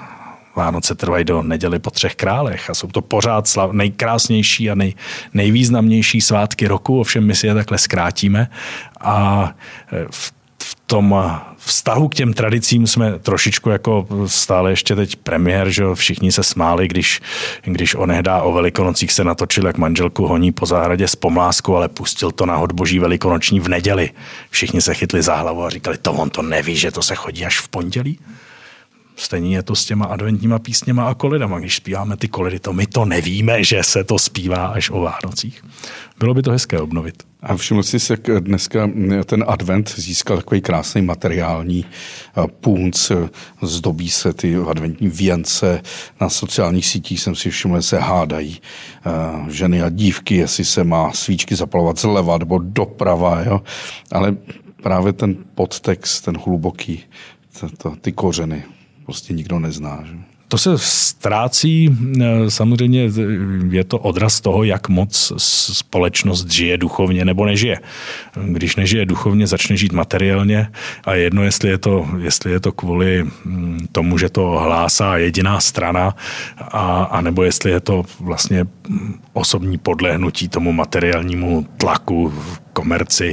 Vánoce trvají do neděli po třech králech a jsou to pořád slav, nejkrásnější a nej, nejvýznamnější svátky roku, ovšem my si je takhle zkrátíme a v, v tom vztahu k těm tradicím jsme trošičku jako stále ještě teď premiér, že všichni se smáli, když, když onehdá o Velikonocích se natočil, jak manželku honí po zahradě s pomláskou, ale pustil to na hod boží velikonoční v neděli. Všichni se chytli za hlavu a říkali, to on to neví, že to se chodí až v pondělí. Stejně je to s těma adventníma písněma a kolidama. Když zpíváme ty kolidy, to my to nevíme, že se to zpívá až o Vánocích. Bylo by to hezké obnovit. A všiml jsi se, jak dneska ten advent získal takový krásný materiální punc, zdobí se ty adventní věnce, na sociálních sítích jsem si všiml, že se hádají ženy a dívky, jestli se má svíčky zapalovat zleva nebo doprava, jo? Ale právě ten podtext, ten hluboký, to, to, ty kořeny prostě nikdo nezná. Že? To se ztrácí, samozřejmě je to odraz toho, jak moc společnost žije duchovně nebo nežije. Když nežije duchovně, začne žít materiálně a jedno, jestli je to, jestli je to kvůli tomu, že to hlásá jediná strana, a, a nebo jestli je to vlastně osobní podlehnutí tomu materiálnímu tlaku, komerci,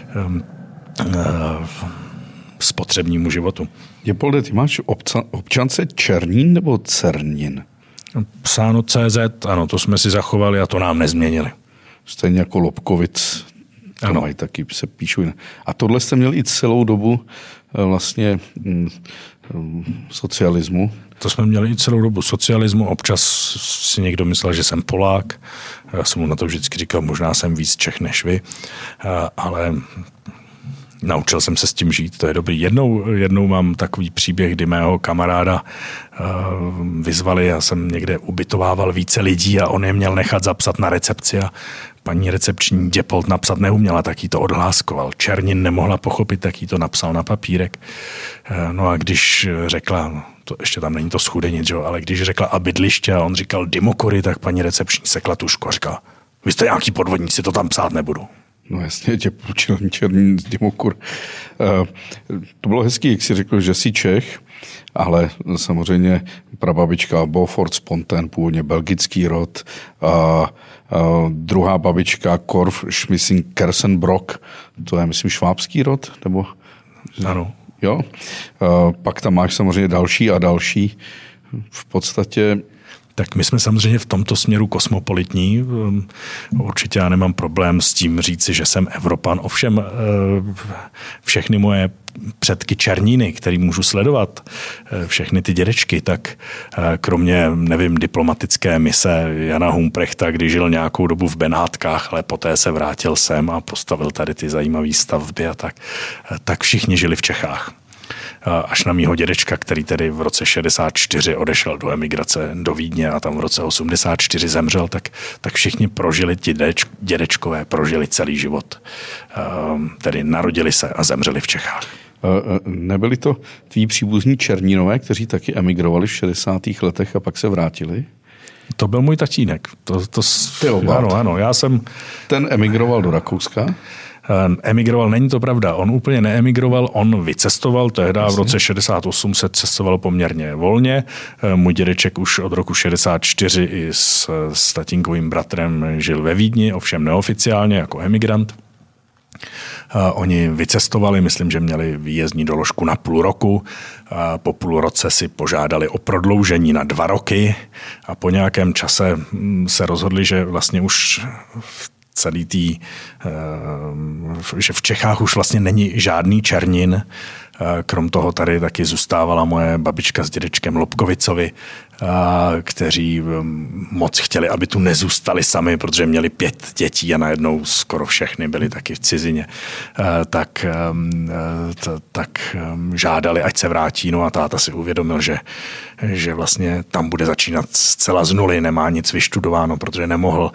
spotřebnímu životu. Jepolde, ty máš obca, občance Černín nebo Cernin? Psáno C Z, ano, to jsme si zachovali a to nám nezměnili. Stejně jako Lobkovic, to mají taky, se píšou. A tohle jste měli i celou dobu vlastně mm, socialismu? To jsme měli i celou dobu socialismu, občas si někdo myslel, že jsem Polák, já jsem mu na to vždycky říkal, možná jsem víc Čech než vy, ale naučil jsem se s tím žít, to je dobrý. Jednou, jednou mám takový příběh, kdy mého kamaráda uh, vyzvali, já jsem někde ubytovával více lidí a on je měl nechat zapsat na recepci a paní recepční Děpold napsat neuměla, tak jí to odhláskoval. Černin nemohla pochopit, tak jí to napsal na papírek. Uh, no a když řekla, to ještě tam není to schudenic, jo, ale když řekla a bydliště a on říkal Dimokury, tak paní recepční sekla tušku a říkala, vy jste nějaký podvodníci, to tam psát nebudu. No jasně, tě půjčil Černín z Dimokur. Uh, to bylo hezký, jak jsi řekl, že jsi Čech, ale samozřejmě prababička Beaufort Spontaine, původně belgický rod, a, a druhá babička Korf Schmissing Kersenbrock, to je, myslím, švábský rod, nebo? Ano. Jo. Uh, pak tam máš samozřejmě další a další. V podstatě tak my jsme samozřejmě v tomto směru kosmopolitní. Určitě já nemám problém s tím říci, že jsem Evropan. Ovšem všechny moje předky Černíny, který můžu sledovat, všechny ty dědečky, tak kromě, nevím, diplomatické mise Jana Humprechta, kdy žil nějakou dobu v Benátkách, ale poté se vrátil sem a postavil tady ty zajímavé stavby a tak, tak všichni žili v Čechách. Až na mýho dědečka, který tedy v roce šedesát čtyři odešel do emigrace do Vídně a tam v roce osmdesát čtyři zemřel, tak, tak všichni prožili, ti dědeč, dědečkové prožili celý život. Tedy narodili se a zemřeli v Čechách. Nebyli to tví příbuzní Černínové, kteří taky emigrovali v šedesátých letech a pak se vrátili? To byl můj tatínek. To, to, ano, ano, já jsem... Ten emigroval do Rakouska? Emigroval, není to pravda. On úplně neemigroval, on vycestoval, tehdy v roce šedesát osm se cestoval poměrně volně. Můj dědeček už od roku šedesát čtyři i s, s tatínkovým bratrem žil ve Vídni, ovšem neoficiálně jako emigrant. Oni vycestovali, myslím, že měli výjezdní doložku na půl roku. Po půl roce si požádali o prodloužení na dva roky a po nějakém čase se rozhodli, že vlastně už v celý tý, že v Čechách už vlastně není žádný Černin. Krom toho tady taky zůstávala moje babička s dědečkem Lobkovicovi, kteří moc chtěli, aby tu nezůstali sami, protože měli pět dětí a najednou skoro všechny byly taky v cizině. Tak, tak žádali, ať se vrátí. No a táta si uvědomil, že, že vlastně tam bude začínat zcela z nuly, nemá nic vyštudováno, protože nemohl.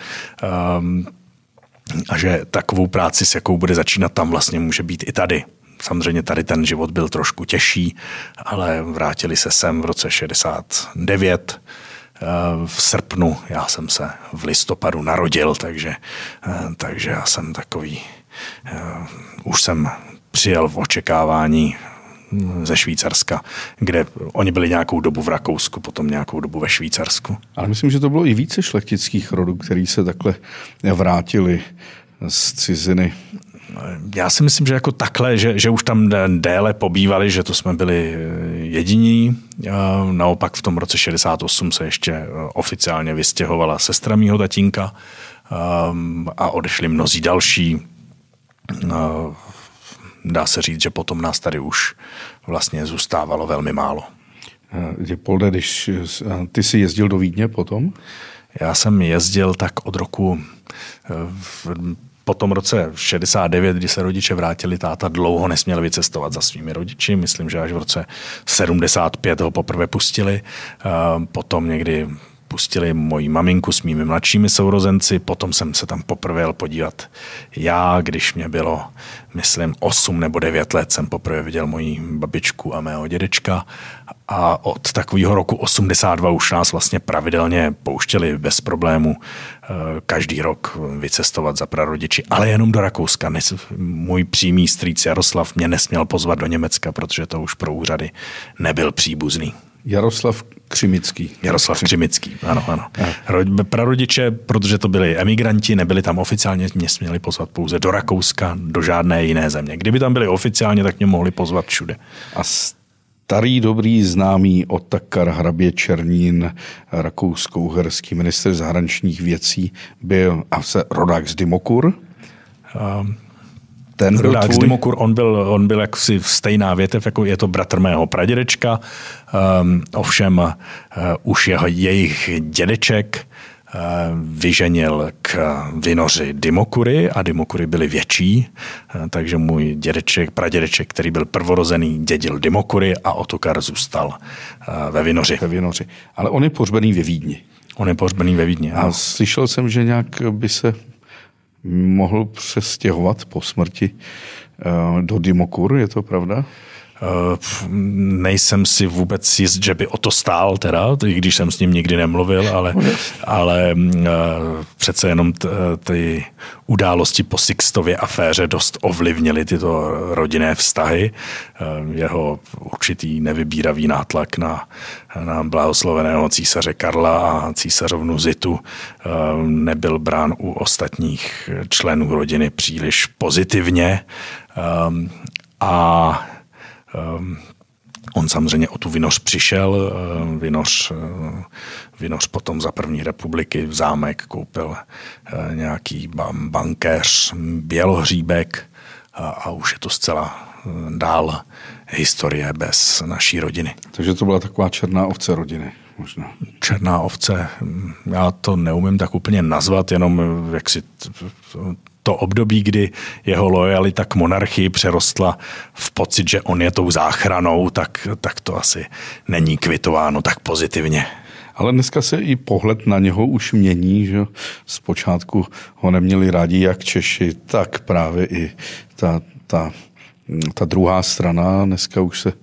A že takovou práci, s jakou bude začínat tam, vlastně může být i tady. Samozřejmě tady ten život byl trošku těžší, ale vrátili se sem v roce šedesát devět v srpnu. Já jsem se v listopadu narodil, takže, takže já jsem takový, už jsem přijel v očekávání ze Švýcarska, kde oni byli nějakou dobu v Rakousku, potom nějakou dobu ve Švýcarsku. Ale myslím, že to bylo i více šlechtických rodů, který se takhle vrátili z ciziny. Já si myslím, že jako takhle, že, že už tam déle pobývali, že to jsme byli jediní. Naopak v tom roce šedesát osm se ještě oficiálně vystěhovala sestra mýho tatínka a odešli mnozí další. Dá se říct, že potom nás tady už vlastně zůstávalo velmi málo. Dipolde, když ty jsi jezdil do Vídně potom? Já jsem jezdil tak od roku... Po tom roce šedesát devět, kdy se rodiče vrátili, táta dlouho nesměl vycestovat za svými rodiči. Myslím, že až v roce sedmdesát pět ho poprvé pustili. Potom někdy pustili moji maminku s mými mladšími sourozenci. Potom jsem se tam poprvé jel podívat já, když mě bylo, myslím, osm nebo devět let, jsem poprvé viděl moji babičku a mého dědečka. A od takového roku osmdesát dva už nás vlastně pravidelně pouštěli bez problému každý rok vycestovat za prarodiči, ale jenom do Rakouska. Můj přímý strýc Jaroslav mě nesměl pozvat do Německa, protože to už pro úřady nebyl příbuzný. Jaroslav Křimický. Jaroslav Křimický, ano, ano. Prarodiče, protože to byli emigranti, nebyli tam oficiálně, mě směli pozvat pouze do Rakouska, do žádné jiné země. Kdyby tam byli oficiálně, tak mě mohli pozvat všude. A starý, dobrý, známý Otakar hrabě Černín, rakousko-uherský ministr zahraničních věcí, byl a se rodák z Dimokur. Um, Ten rodák tvůj... z Dimokur, on byl, on byl jaksi stejná větev, jako je to bratr mého pradědečka. Um, ovšem uh, už jeho, jejich dědeček uh, vyženil k vinoři Dimokury a Dimokury byly větší, uh, takže můj dědeček, pradědeček, který byl prvorozený, dědil Dimokury a Otakar zůstal uh, ve vinoři. Ve vinoři. Ale on je pohřbený ve Vídni. On je pohřbený ve Vídni. A ano. Slyšel jsem, že nějak by se mohl přestěhovat po smrti do Dimokur, je to pravda? Nejsem si vůbec jist, že by o to stál teda, i když jsem s ním nikdy nemluvil, ale, ale přece jenom t, ty události po Sixtově aféře dost ovlivnily tyto rodinné vztahy. Jeho určitý nevybíravý nátlak na, na blahosloveného císaře Karla a císařovnu Zitu nebyl brán u ostatních členů rodiny příliš pozitivně a Um, on samozřejmě o tu vinoř přišel, uh, vinoř, uh, vinoř potom za první republiky v zámek koupil uh, nějaký bankéř Bělohříbek a, a už je to zcela uh, dál historie bez naší rodiny. Takže to byla taková černá ovce rodiny. Možná. Černá ovce, já to neumím tak úplně nazvat, jenom jak si to období, kdy jeho lojalita k monarchii přerostla v pocit, že on je tou záchranou, tak, tak to asi není kvitováno tak pozitivně. Ale dneska se i pohled na něho už mění, že zpočátku ho neměli rádi jak Češi, tak právě i ta, ta, ta druhá strana. Dneska už se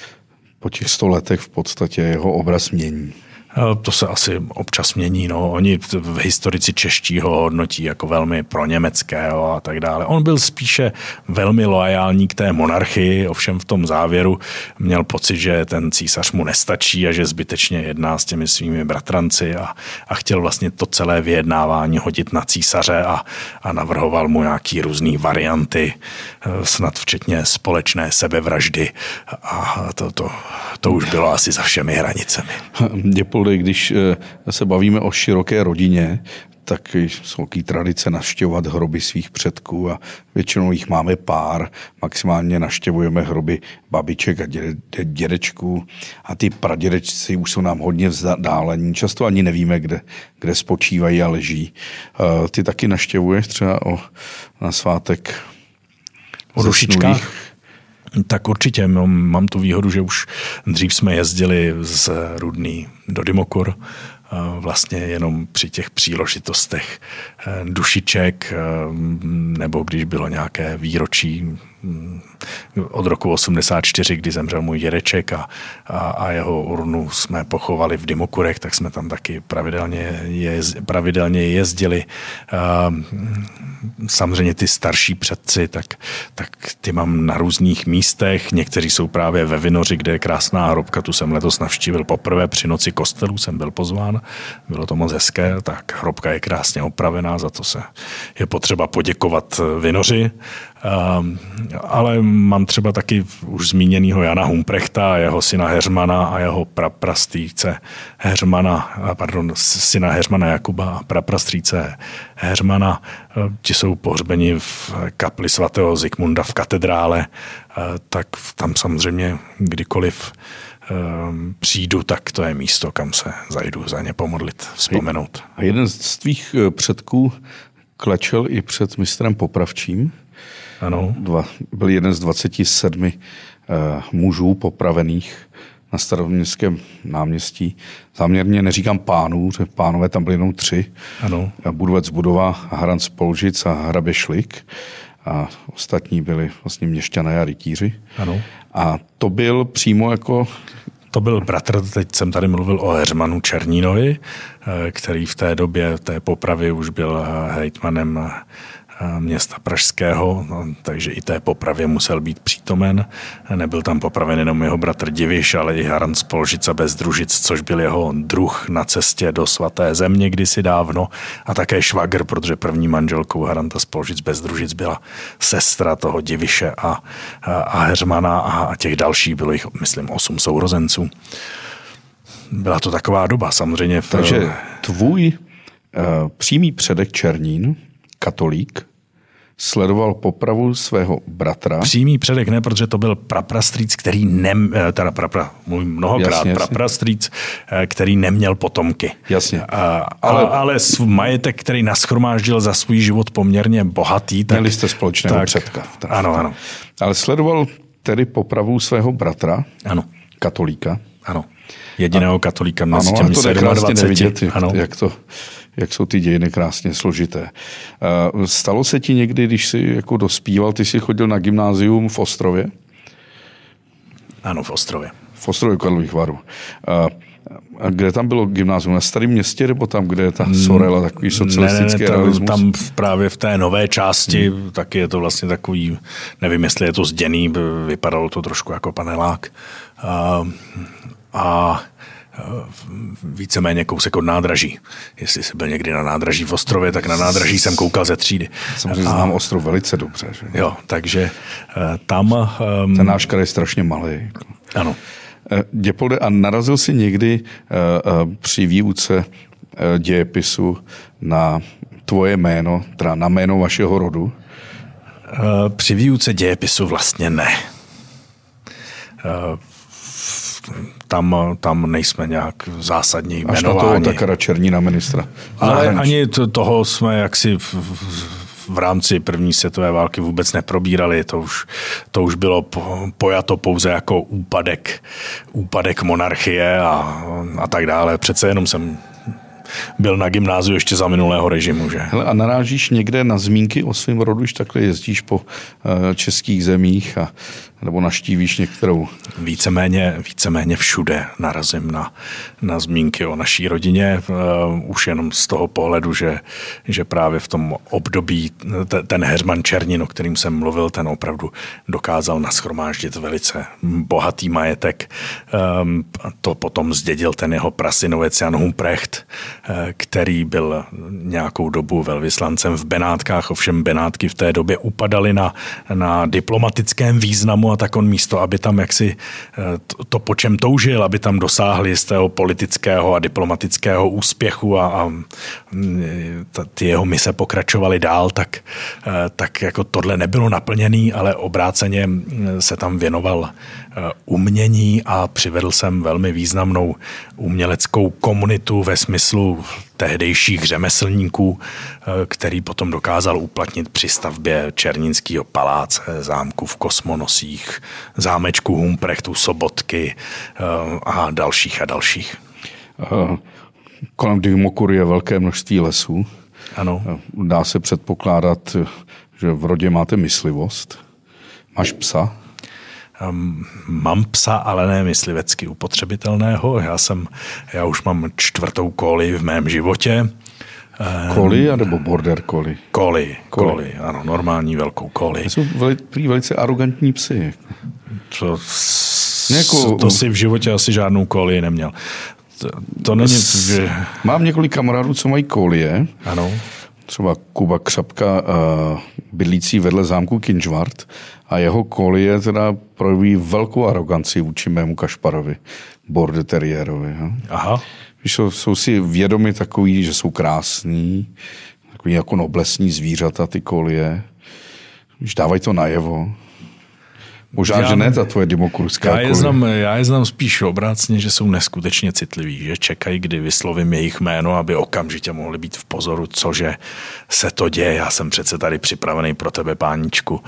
po těch sto letech v podstatě jeho obraz mění. To se asi občas mění. No. Oni v historici čeští ho hodnotí jako velmi proněmeckého a tak dále. On byl spíše velmi loajální k té monarchii, ovšem v tom závěru měl pocit, že ten císař mu nestačí a že zbytečně jedná s těmi svými bratranci a, a chtěl vlastně to celé vyjednávání hodit na císaře a, a navrhoval mu nějaký různý varianty, snad včetně společné sebevraždy a to, to, to už bylo asi za všemi hranicemi. Dipolde, když se bavíme o široké rodině, tak jsou taky tradice navštěvovat hroby svých předků a většinou jich máme pár. Maximálně navštěvujeme hroby babiček a dědečků a ty pradědečci už jsou nám hodně vzdálení. Často ani nevíme, kde, kde spočívají a leží. Ty taky navštěvuješ třeba o, na svátek o dušičkách? Tak určitě. Mám tu výhodu, že už dřív jsme jezdili z Rudný do Dimokur, vlastně jenom při těch příležitostech dušiček, nebo když bylo nějaké výročí od roku osmdesát čtyři, kdy zemřel můj dědeček a, a, a jeho urnu jsme pochovali v Dymokurech, tak jsme tam taky pravidelně, jez, pravidelně jezdili. Samozřejmě ty starší předci, tak, tak ty mám na různých místech. Někteří jsou právě ve Vinoři, kde je krásná hrobka. Tu jsem letos navštívil poprvé při noci kostelu, jsem byl pozván. Bylo to moc hezké, tak hrobka je krásně opravená, za to se je potřeba poděkovat Vinoři. Um, ale mám třeba taky už zmíněnýho Jana Humprechta, jeho syna Heřmana a jeho praprastrýce Heřmana, pardon, syna Heřmana Jakuba a praprastrýce Heřmana. Ti jsou pohřbeni v kapli svatého Zikmunda v katedrále, tak tam samozřejmě kdykoliv přijdu, tak to je místo, kam se zajdu za ně pomodlit, vzpomenout. A jeden z tvých předků klečel i před mistrem Popravčím. Ano. Dva, byl jeden z dvaceti sedmi uh, mužů popravených na Staroměstském náměstí. Záměrně neříkám pánů, že pánové tam byli jenom tři. Ano. Budovec Budova, Haran z Polžic a hrabě Šlik. A ostatní byli vlastně měšťané a rytíři. Ano. A to byl přímo jako... To byl bratr, teď jsem tady mluvil o Heřmanu Černínovi, který v té době té popravy už byl hejtmanem města Pražského, no, takže i té popravě musel být přítomen. Nebyl tam popraven jenom jeho bratr Diviš, ale i Haran z Polžic a Bezdružic, což byl jeho druh na cestě do svaté země kdysi dávno, a také švagr, protože první manželkou Haranta z Polžic Bezdružic byla sestra toho Diviše a, a, a Heřmana a těch dalších, bylo jich, myslím, osm sourozenců. Byla to taková doba, samozřejmě. V... Takže tvůj uh, přímý předek Černín, katolík, sledoval popravu svého bratra. Přímý předek ne, protože to byl praprastrýc, který nem, teda prapra, můj mnohokrát jasně, praprastrýc, který neměl potomky. Jasně. A, ale, ale majetek, který nashromáždil za svůj život poměrně bohatý. Tak, měli jste společného tak, předka. Tak, ano, ano. Ale sledoval tedy popravu svého bratra, ano. katolíka. Ano. Jediného a, katolíka mezi ano, těmi to sedmadvaceti. Nevidět, jak, ano. jak to... jak jsou ty dějiny krásně složité. Stalo se ti někdy, když jsi jako dospíval, ty jsi chodil na gymnázium v Ostrově? Ano, v Ostrově. V Ostrově Karlových Varů. A kde tam bylo gymnázium? Na Starém Městě, nebo tam, kde je ta Sorela, takový socialistický ne, ne, realismus? Tam právě v té nové části, hmm. taky je to vlastně takový, nevím, jestli je to zděný, vypadalo to trošku jako panelák. A, a víceméně kousek od nádraží. Jestli jsi byl někdy na nádraží v Ostrově, tak na nádraží jsem koukal ze třídy. Samozřejmě znám Ostrov velice dobře. Že? Jo, takže tam... Um, Ten náš kraj je strašně malý. Ano. Děpolde, a narazil jsi někdy uh, uh, při výuce uh, dějepisu na tvoje jméno, teda na jméno vašeho rodu? Uh, při výuce dějepisu vlastně ne. Uh, Tam, tam nejsme nějak zásadně jmenováni. Až na toho Otakara Černína, ministra. Ale ani to, toho jsme jaksi v, v, v rámci první světové války vůbec neprobírali. To už, to už bylo po, pojato pouze jako úpadek, úpadek monarchie a, a tak dále. Přece jenom jsem byl na gymnáziu ještě za minulého režimu. Že? Hele, a narážíš někde na zmínky o svém rodu, když takhle jezdíš po uh, českých zemích a nebo naštívíš některou? Víceméně, víceméně všude narazím na, na zmínky o naší rodině, uh, už jenom z toho pohledu, že, že právě v tom období t- ten Heřman Černín, o kterým jsem mluvil, ten opravdu dokázal nashromáždit velice bohatý majetek. Um, to potom zdědil ten jeho prasynovec Jan Humprecht, uh, který byl nějakou dobu velvyslancem v Benátkách, ovšem Benátky v té době upadaly na, na diplomatickém významu, a tak on místo, aby tam jaksi to, to po čem toužil, aby tam dosáhli z toho politického a diplomatického úspěchu a, a ty jeho mise pokračovaly dál, tak, tak jako tohle nebylo naplněný, ale obráceně se tam věnoval umění a přivedl jsem velmi významnou uměleckou komunitu ve smyslu tehdejších řemeslníků, který potom dokázal uplatnit při stavbě Černínského paláce, zámku v Kosmonosích, zámečku Humprechtu, Sobotky a dalších a dalších. Kolem Dymokur je velké množství lesů. Ano. Dá se předpokládat, že v rodě máte myslivost. Máš psa? Um, mám psa, ale ne myslivecky upotřebitelného. Já jsem, já už mám čtvrtou koli v mém životě. Koli, anebo border koli? Koli, koli, ano, normální velkou koli. To jsou veli, velice arrogantní psy. To, jako, to si v životě asi žádnou koli neměl. To, to není... Že... Mám několik kamarádů, co mají kolie. Ano. Třeba Kuba Křapka, bydlící vedle zámku Kinžvart, a jeho kolie teda projeví velkou aroganci vůči mému Kašparovi, border terriérovi. Aha. Víš, jsou, jsou si vědomi takový, že jsou krásní, takový jako noblesní zvířata, ty kolie. Víš, dávají to najevo. Možná, že ne ta tvoje dimokurská já je, znám, já je znám spíš obrácně, že jsou neskutečně citliví, že čekají, kdy vyslovím jejich jméno, aby okamžitě mohli být v pozoru, cože se to děje. Já jsem přece tady připravený pro tebe, páničku.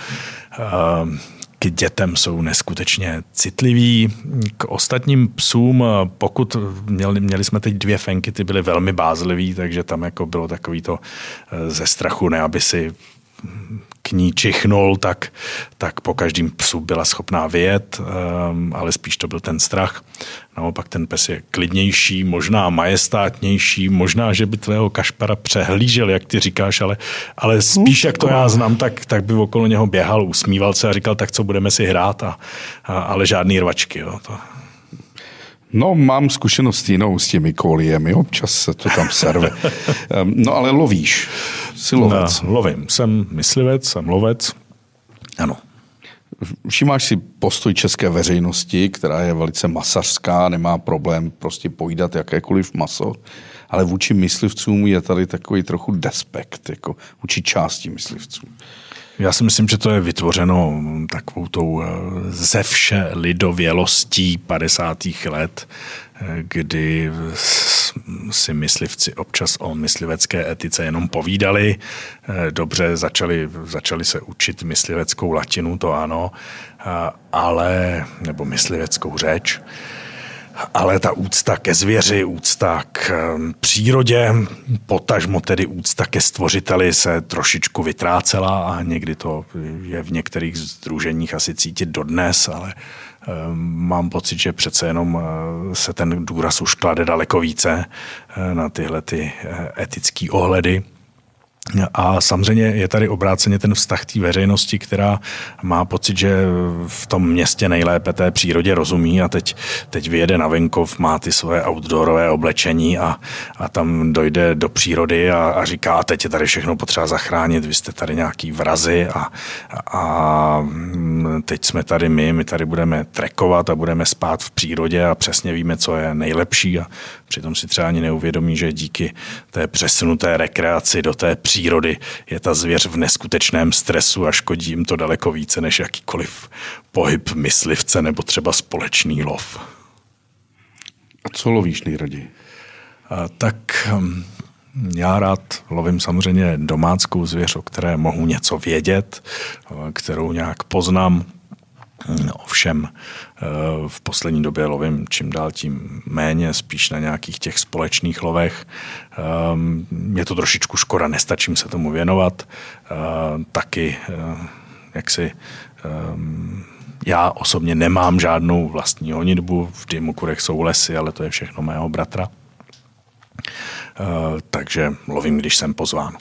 K dětem jsou neskutečně citliví. K ostatním psům, pokud měli, měli jsme teď dvě fenky, ty byly velmi bázliví, takže tam jako bylo takový to ze strachu, ne aby si k ní čichnul, tak, tak po každém psu byla schopná vyjet, ale spíš to byl ten strach. Naopak ten pes je klidnější, možná majestátnější, možná, že by tvého Kašpara přehlížel, jak ty říkáš, ale, ale spíš, jak to já znám, tak, tak by okolo něho běhal, usmíval se a říkal, tak co budeme si hrát, a, a, ale žádný rvačky. Jo, to. No, mám zkušenost jinou s těmi koliemi, občas se to tam serve. No, ale lovíš. Jsi lovec. No, lovím. Jsem myslivec, jsem lovec. Ano. Všimáš si postoj české veřejnosti, která je velice masařská, nemá problém prostě pojídat jakékoliv maso, ale vůči myslivcům je tady takový trochu despekt, jako vůči části myslivců. Já si myslím, že to je vytvořeno takovou tou ze vše lidovělostí padesátých let, kdy si myslivci občas o myslivecké etice jenom povídali. Dobře, začali, začali se učit mysliveckou latinu, to ano, ale, nebo mysliveckou řeč. Ale ta úcta ke zvěři, úcta k přírodě, potažmo tedy úcta ke stvořiteli se trošičku vytrácela a někdy to je v některých sdruženích asi cítit dodnes, ale mám pocit, že přece jenom se ten důraz už klade daleko více na tyhle ty etické ohledy. A samozřejmě je tady obráceně ten vztah té veřejnosti, která má pocit, že v tom městě nejlépe té přírodě rozumí a teď, teď vyjede na venkov, má ty svoje outdoorové oblečení a, a tam dojde do přírody a, a říká, a teď je tady všechno potřeba zachránit, vy jste tady nějaký vrazi a, a teď jsme tady my, my tady budeme trekovat a budeme spát v přírodě a přesně víme, co je nejlepší a přitom si třeba ani neuvědomí, že díky té přesunuté rekreaci do té přírody je ta zvěř v neskutečném stresu a škodí jim to daleko více než jakýkoliv pohyb myslivce nebo třeba společný lov. A co lovíš nejraději? A tak já rád lovím samozřejmě domáckou zvěř, o které mohu něco vědět, kterou nějak poznám. Ovšem v poslední době lovím čím dál tím méně, spíš na nějakých těch společných lovech. Je to trošičku škoda, nestačím se tomu věnovat. Taky, jak si, já osobně nemám žádnou vlastní honitbu, v Dymokurech jsou lesy, ale to je všechno mého bratra. Takže lovím, když jsem pozván.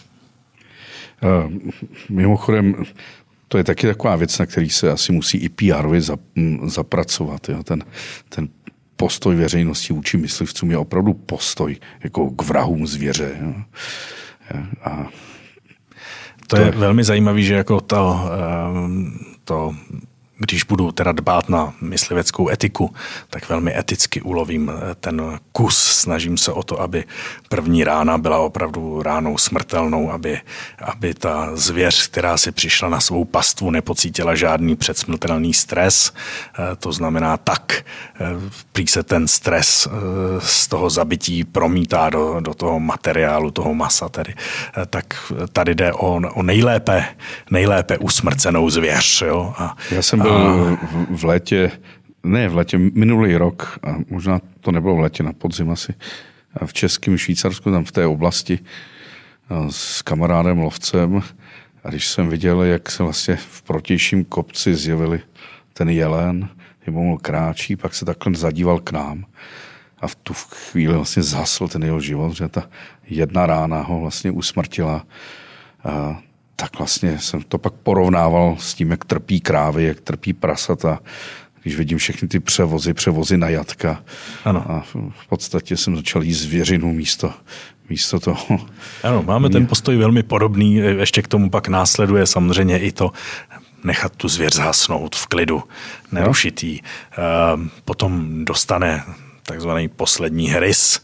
Mimochodem, to je taky taková věc, na který se asi musí i P R zapracovat. Jo? Ten, ten postoj veřejnosti vůči myslivcům je opravdu postoj jako k vrahům zvěře. Jo? A to, to je velmi zajímavé, že jako to, to když budu teda dbát na mysliveckou etiku, tak velmi eticky ulovím ten kus. Snažím se o to, aby první rána byla opravdu ránou smrtelnou, aby, aby ta zvěř, která si přišla na svou pastvu, nepocítila žádný předsmrtelný stres. To znamená tak, prý se ten stres z toho zabití promítá do, do toho materiálu, toho masa. Tedy. Tak tady jde o, o nejlépe, nejlépe usmrcenou zvěř. Jo? A, Já jsem byl a... v létě, ne v létě, minulý rok, a možná to nebylo v létě, na podzim asi, v Českém Švýcarsku, tam v té oblasti s kamarádem lovcem, A když jsem viděl, jak se vlastně v protějším kopci zjevili ten jelen, jemu kráčí, pak se takhle zadíval k nám a v tu chvíli vlastně zhasl ten jeho život, že ta jedna rána ho vlastně usmrtila. A tak vlastně jsem to pak porovnával s tím, jak trpí krávy, jak trpí prasata, když vidím všechny ty převozy, převozy na jatka. Ano. A v podstatě jsem začal jíst zvěřinu místo, místo toho. Ano, máme ten postoj velmi podobný, ještě k tomu pak následuje samozřejmě i to nechat tu zvěř zhasnout v klidu, nerušit jí. Potom dostane takzvaný poslední hryz,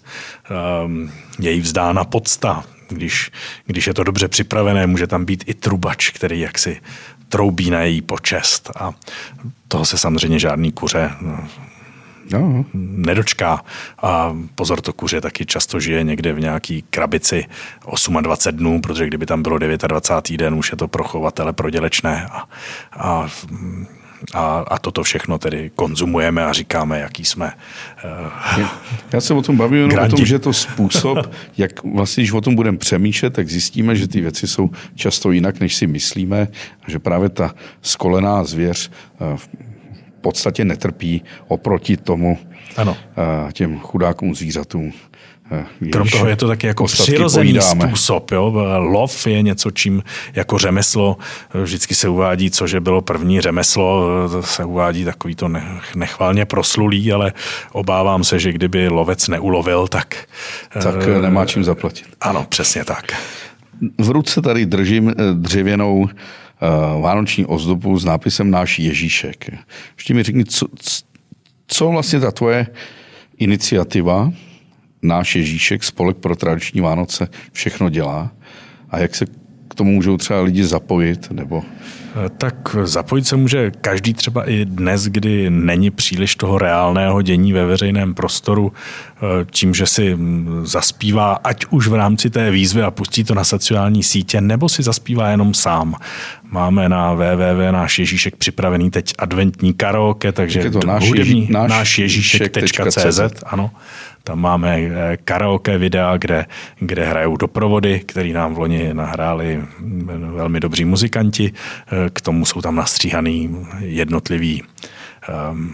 je jí vzdána podsta. Když, když je to dobře připravené, může tam být i trubač, který jaksi troubí na její počest. A toho se samozřejmě žádný kuře no. nedočká. A pozor, to kuře taky často žije někde v nějaký krabici dvacet osm dnů, protože kdyby tam bylo dvacátý devátý den, už je to pro chovatele prodělečné. A, a A, a toto všechno tedy konzumujeme a říkáme, jaký jsme. Uh, Já se o tom bavím jenom o tom, že to způsob, jak vlastně, když o tom budeme přemýšlet, tak zjistíme, že ty věci jsou často jinak, než si myslíme a že právě ta skolená zvěř uh, v podstatě netrpí oproti tomu ano. Uh, těm chudákům zvířatům. Krom toho je to taky jako přirozený pojídáme. Způsob. Jo? Lov je něco, čím jako řemeslo vždycky se uvádí, cože bylo první řemeslo, se uvádí takový to nechvalně proslulý, ale obávám se, že kdyby lovec neulovil, tak... Tak nemá čím zaplatit. Ano, přesně tak. V ruce tady držím dřevěnou vánoční ozdobu s nápisem Náš Ježíšek. Ještě mi řekni, co, co vlastně ta tvoje iniciativa Náš Ježíšek, spolek pro tradiční Vánoce, všechno dělá a jak se k tomu můžou třeba lidi zapojit, nebo... Tak zapojit se může každý třeba i dnes, kdy není příliš toho reálného dění ve veřejném prostoru, tím, že si zaspívá, ať už v rámci té výzvy a pustí to na sociální sítě, nebo si zaspívá jenom sám. Máme na w w w tečka náš ježíšek připravený teď adventní karaoke, takže je to náš, hudební ježí, náš, náš ježíšek tečka cé zet, ano. Tam máme karaoke videa, kde, kde hrajou doprovody, který nám v loni nahráli velmi dobří muzikanti. K tomu jsou tam nastříhaný jednotlivý um,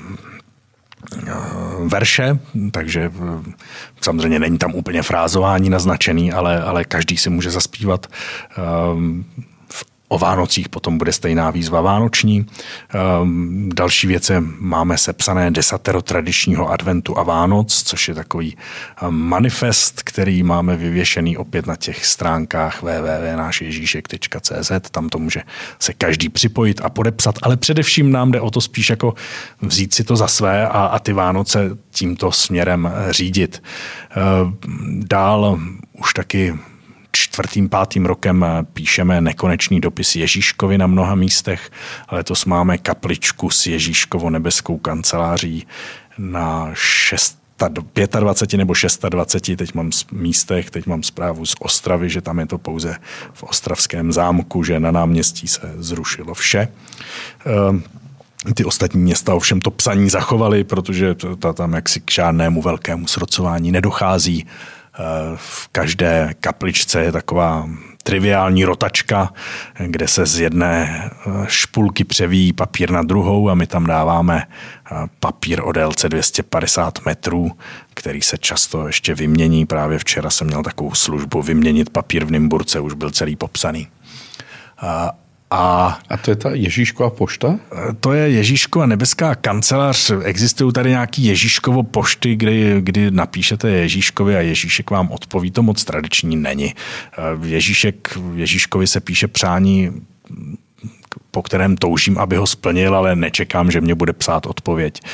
verše, takže samozřejmě není tam úplně frázování naznačený, ale, ale každý si může zaspívat. Um, O Vánocích potom bude stejná výzva vánoční. Další věce máme sepsané desatero tradičního adventu a Vánoc, což je takový manifest, který máme vyvěšený opět na těch stránkách w w w tečka náš ježíšek tečka cé zet. Tam to může se každý připojit a podepsat, ale především nám jde o to spíš jako vzít si to za své a, a ty Vánoce tímto směrem řídit. Dál už taky čtvrtým, pátým rokem píšeme nekonečný dopis Ježíškovi na mnoha místech. Letos máme kapličku s Ježíškovou nebeskou kanceláří na dvacet pět nebo dvacet šest, teď mám místech, teď mám zprávu z Ostravy, že tam je to pouze v ostravském zámku, že na náměstí se zrušilo vše. Ty ostatní města ovšem to psaní zachovali, protože to, tam jaksi k žádnému velkému srocování nedochází. V každé kapličce je taková triviální rotačka, kde se z jedné špulky převíjí papír na druhou a my tam dáváme papír o délce dvě stě padesát metrů, který se často ještě vymění. Právě včera jsem měl takovou službu vyměnit papír v Nymburce, už byl celý popsaný. A, a to je ta Ježíškova pošta? To je Ježíškova nebeská kancelář. Existují tady nějaký Ježíškovo pošty, kdy, kdy napíšete Ježíškovi a Ježíšek vám odpoví. To moc tradiční není. Ježíšek, Ježíškovi se píše přání, po kterém toužím, aby ho splnil, ale nečekám, že mě bude psát odpověď.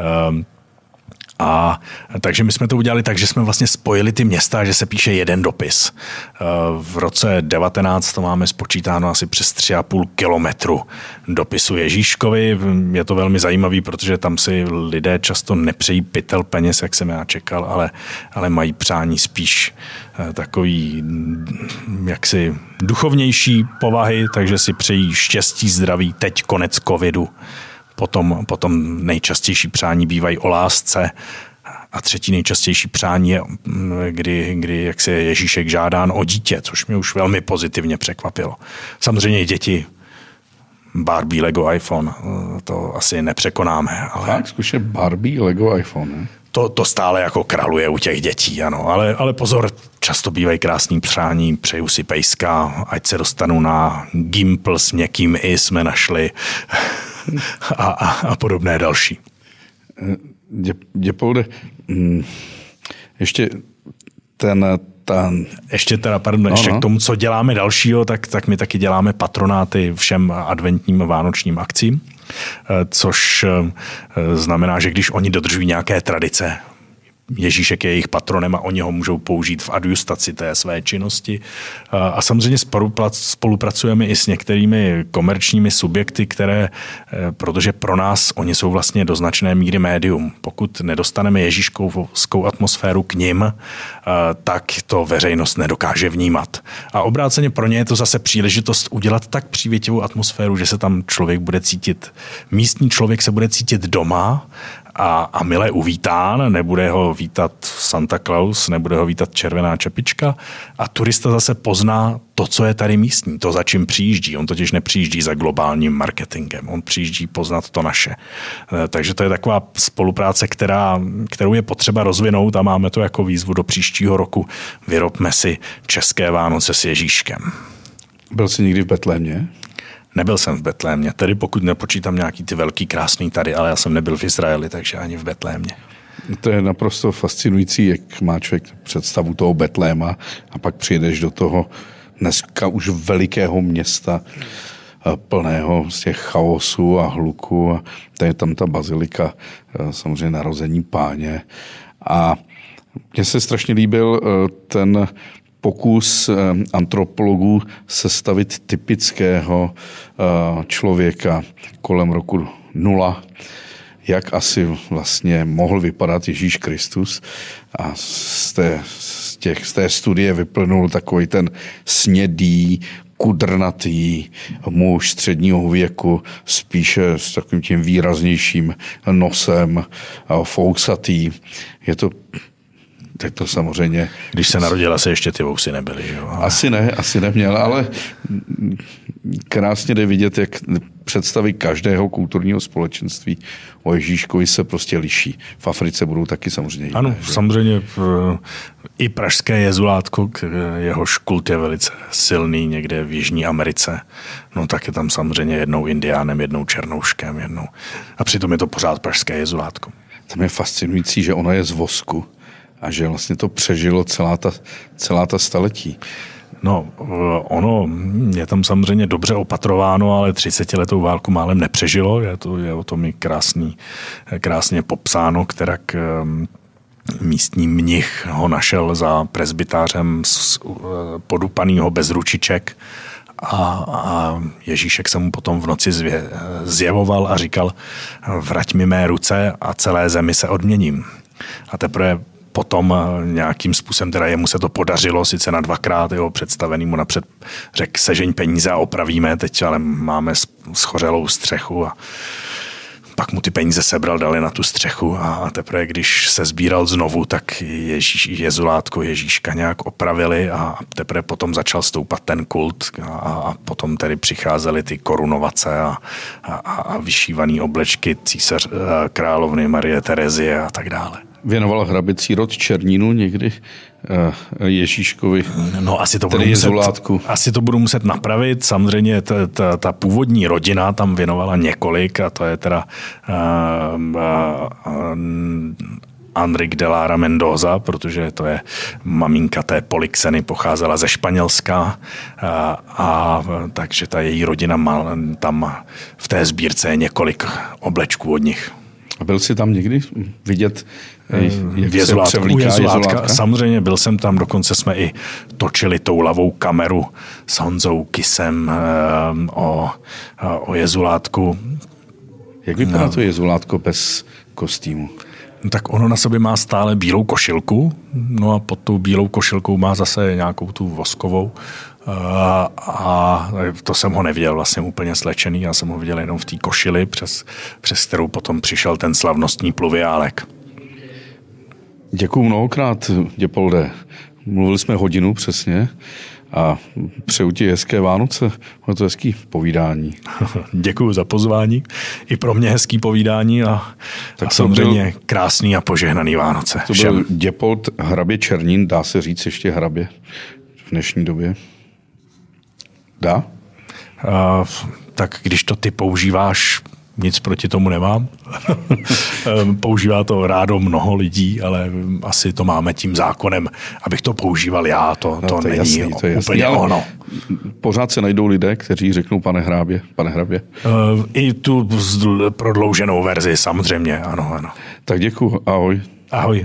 A takže my jsme to udělali tak, že jsme vlastně spojili ty města, že se píše jeden dopis. V roce devatenáct to máme spočítáno asi přes tři a půl kilometru dopisu Ježíškovi. Je to velmi zajímavý, protože tam si lidé často nepřejí pytel peněz, jak jsem já čekal, ale, ale mají přání spíš takový jaksi duchovnější povahy, takže si přejí štěstí, zdraví, teď konec covidu. Potom, potom nejčastější přání bývají o lásce A třetí nejčastější přání je, kdy, kdy jak se Ježíšek žádán o dítě, což mě už velmi pozitivně překvapilo. Samozřejmě i děti, Barbie, Lego, iPhone, to asi nepřekonáme. Ale... Tak, zkušeně Barbie, Lego, iPhone, ne? To, to stále jako kraluje u těch dětí, ano. Ale, ale pozor, často bývají krásný přání, přeju si pejska, ať se dostanu na Gimpl s měkkým i jsme našli a, a, a podobné další. Děpolde, ještě ten... ten... Ještě teda, pardon, no, ještě no. K tomu, co děláme dalšího, tak, tak my taky děláme patronáty všem adventním vánočním akcím, což znamená, že když oni dodržují nějaké tradice, Ježíšek je jejich patronem a oni ho můžou použít v adjustaci té své činnosti. A samozřejmě spolupracujeme i s některými komerčními subjekty, které, protože pro nás oni jsou vlastně do značné míry médium. Pokud nedostaneme ježíškovskou atmosféru k nim, tak to veřejnost nedokáže vnímat. A obráceně pro ně je to zase příležitost udělat tak přívětivou atmosféru, že se tam člověk bude cítit, místní člověk se bude cítit doma a, a milé uvítán, nebude ho vítat Santa Claus, nebude ho vítat červená čepička a turista zase pozná to, co je tady místní, to, za čím přijíždí. On totiž nepřijíždí za globálním marketingem, on přijíždí poznat to naše. Takže to je taková spolupráce, která, kterou je potřeba rozvinout a máme to jako výzvu do příštího roku. Vyrobme si české Vánoce s Ježíškem. Byl jsi někdy v Betlémě? Nebyl jsem v Betlémě, tedy pokud nepočítám nějaký ty velký krásný tady, ale já jsem nebyl v Izraeli, takže ani v Betlémě. To je naprosto fascinující, jak má člověk představu toho Betléma a pak přijedeš do toho dneska už velikého města plného z těch chaosů a hluku a to je tam ta bazilika, samozřejmě narození Páně. A mně se strašně líbil ten pokus antropologů sestavit typického člověka kolem roku nula, jak asi vlastně mohl vypadat Ježíš Kristus. A z té, z těch, z té studie vyplynul takový ten snědý, kudrnatý muž středního věku, spíše s takovým tím výraznějším nosem, fousatý. Je to tak to samozřejmě... Když se narodil, asi ještě ty vousy nebyly, jo? Ale... Asi ne, asi neměl, ale krásně jde vidět, jak představy každého kulturního společenství o Ježíškovi se prostě liší. V Africe budou taky samozřejmě jiné. Ano, že? samozřejmě i pražské jezulátko, jehož kult je velice silný někde v Jižní Americe. No tak je tam samozřejmě jednou indiánem, jednou černouškem, jednou. A přitom je to pořád pražské jezulátko. Tam je fascinující, že ono je z vosku a že vlastně to přežilo celá ta, celá ta staletí. No, ono je tam samozřejmě dobře opatrováno, ale třicetiletou válku málem nepřežilo. Je to je o tom i krásný, krásně popsáno, kterak místní mnich ho našel za presbytářem podupanýho bez ručiček a, a Ježíšek se mu potom v noci zvě, zjevoval a říkal: vrať mi mé ruce a celé zemi se odměním. A teprve potom nějakým způsobem, teda jemu se to podařilo, sice na dvakrát, jeho představený mu napřed řekl: sežeň peníze a opravíme, teď ale máme schořelou střechu a pak mu ty peníze sebral, dali na tu střechu a teprve, když se sbíral znovu, tak Ježíš, jezulátko Ježíška nějak opravili a teprve potom začal stoupat ten kult a, a potom tedy přicházely ty korunovace a, a, a vyšívaný oblečky císař královny Marie Terezie a tak dále. Věnoval hrabicí rod Černínu někdy Ježíškovi? No asi to, budu muset, asi to budu muset napravit. Samozřejmě ta, ta, ta původní rodina tam věnovala několik a to je teda uh, uh, Enrique de Lara Mendoza, protože to je maminka té Polixeny, pocházela ze Španělska a, a takže ta její rodina má tam v té sbírce je několik oblečků od nich. A byl jsi tam někdy vidět, jak v se převlíká jezulátka? Samozřejmě byl jsem tam, dokonce jsme i točili toulavou kameru s Honzou Kisem o, o jezulátku. Jak vypadá no. to jezulátko bez kostýmu? No, tak ono na sobě má stále bílou košilku, no a pod tou bílou košilkou má zase nějakou tu voskovou. A, a to jsem ho neviděl vlastně úplně slečený, já jsem ho viděl jenom v té košili, přes, přes kterou potom přišel ten slavnostní pluviálek. Děkuju mnohokrát, Děpolde. Mluvili jsme hodinu přesně a přeju ti hezké Vánoce. Bylo to hezký povídání. Děkuju za pozvání. I pro mě hezký povídání a, tak a samozřejmě byl, krásný a požehnaný Vánoce. To všem. Byl Děpold hrabě Černín, dá se říct ještě hrabě v dnešní době? Dá? Uh, tak když to ty používáš, nic proti tomu nemám. Používá to rádo mnoho lidí, ale asi to máme tím zákonem, abych to používal já, to, no, to, to není jasný, to úplně jasný, ono. Pořád se najdou lidé, kteří řeknou pane hrabě, pane hrabě. Uh, I tu prodlouženou verzi, samozřejmě, ano, ano. Tak děkuju, ahoj. Ahoj.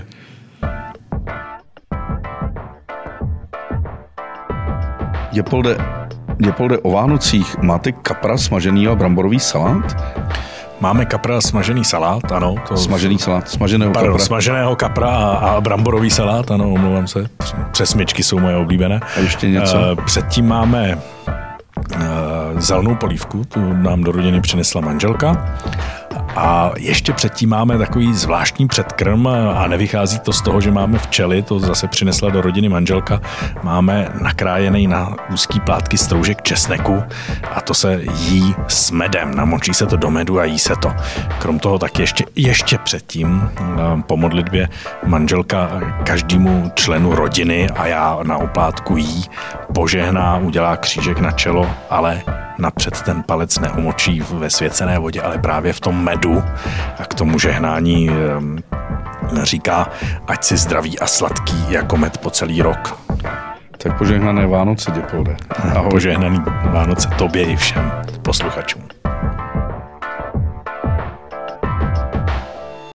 Děpolde, Děpolde, o Vánocích máte kapra smažený a bramborový salát? Máme kapra smažený salát, ano. To... Smažený salát, smaženého Pardon, kapra. Smaženého kapra a, a bramborový salát, ano, omlouvám se. Přesmičky jsou moje oblíbené. A ještě něco? Uh, předtím máme uh, zelenou polívku, tu nám do rodiny přinesla manželka. A ještě předtím máme takový zvláštní předkrm a nevychází to z toho, že máme včely, to zase přinesla do rodiny manželka. Máme nakrájený na úzký plátky stroužek česneku a to se jí s medem, namočí se to do medu a jí se to. Krom toho tak ještě, ještě předtím po modlitbě manželka každému členu rodiny a já na oplátku jí požehná, udělá křížek na čelo, ale napřed ten palec neumočí ve svěcené vodě, ale právě v tom medu a k tomu žehnání říká, ať si zdravý a sladký jako med po celý rok. Tak požehnané Vánoce, Děpolde. Ahoj. Požehnaný Vánoce tobě i všem posluchačům.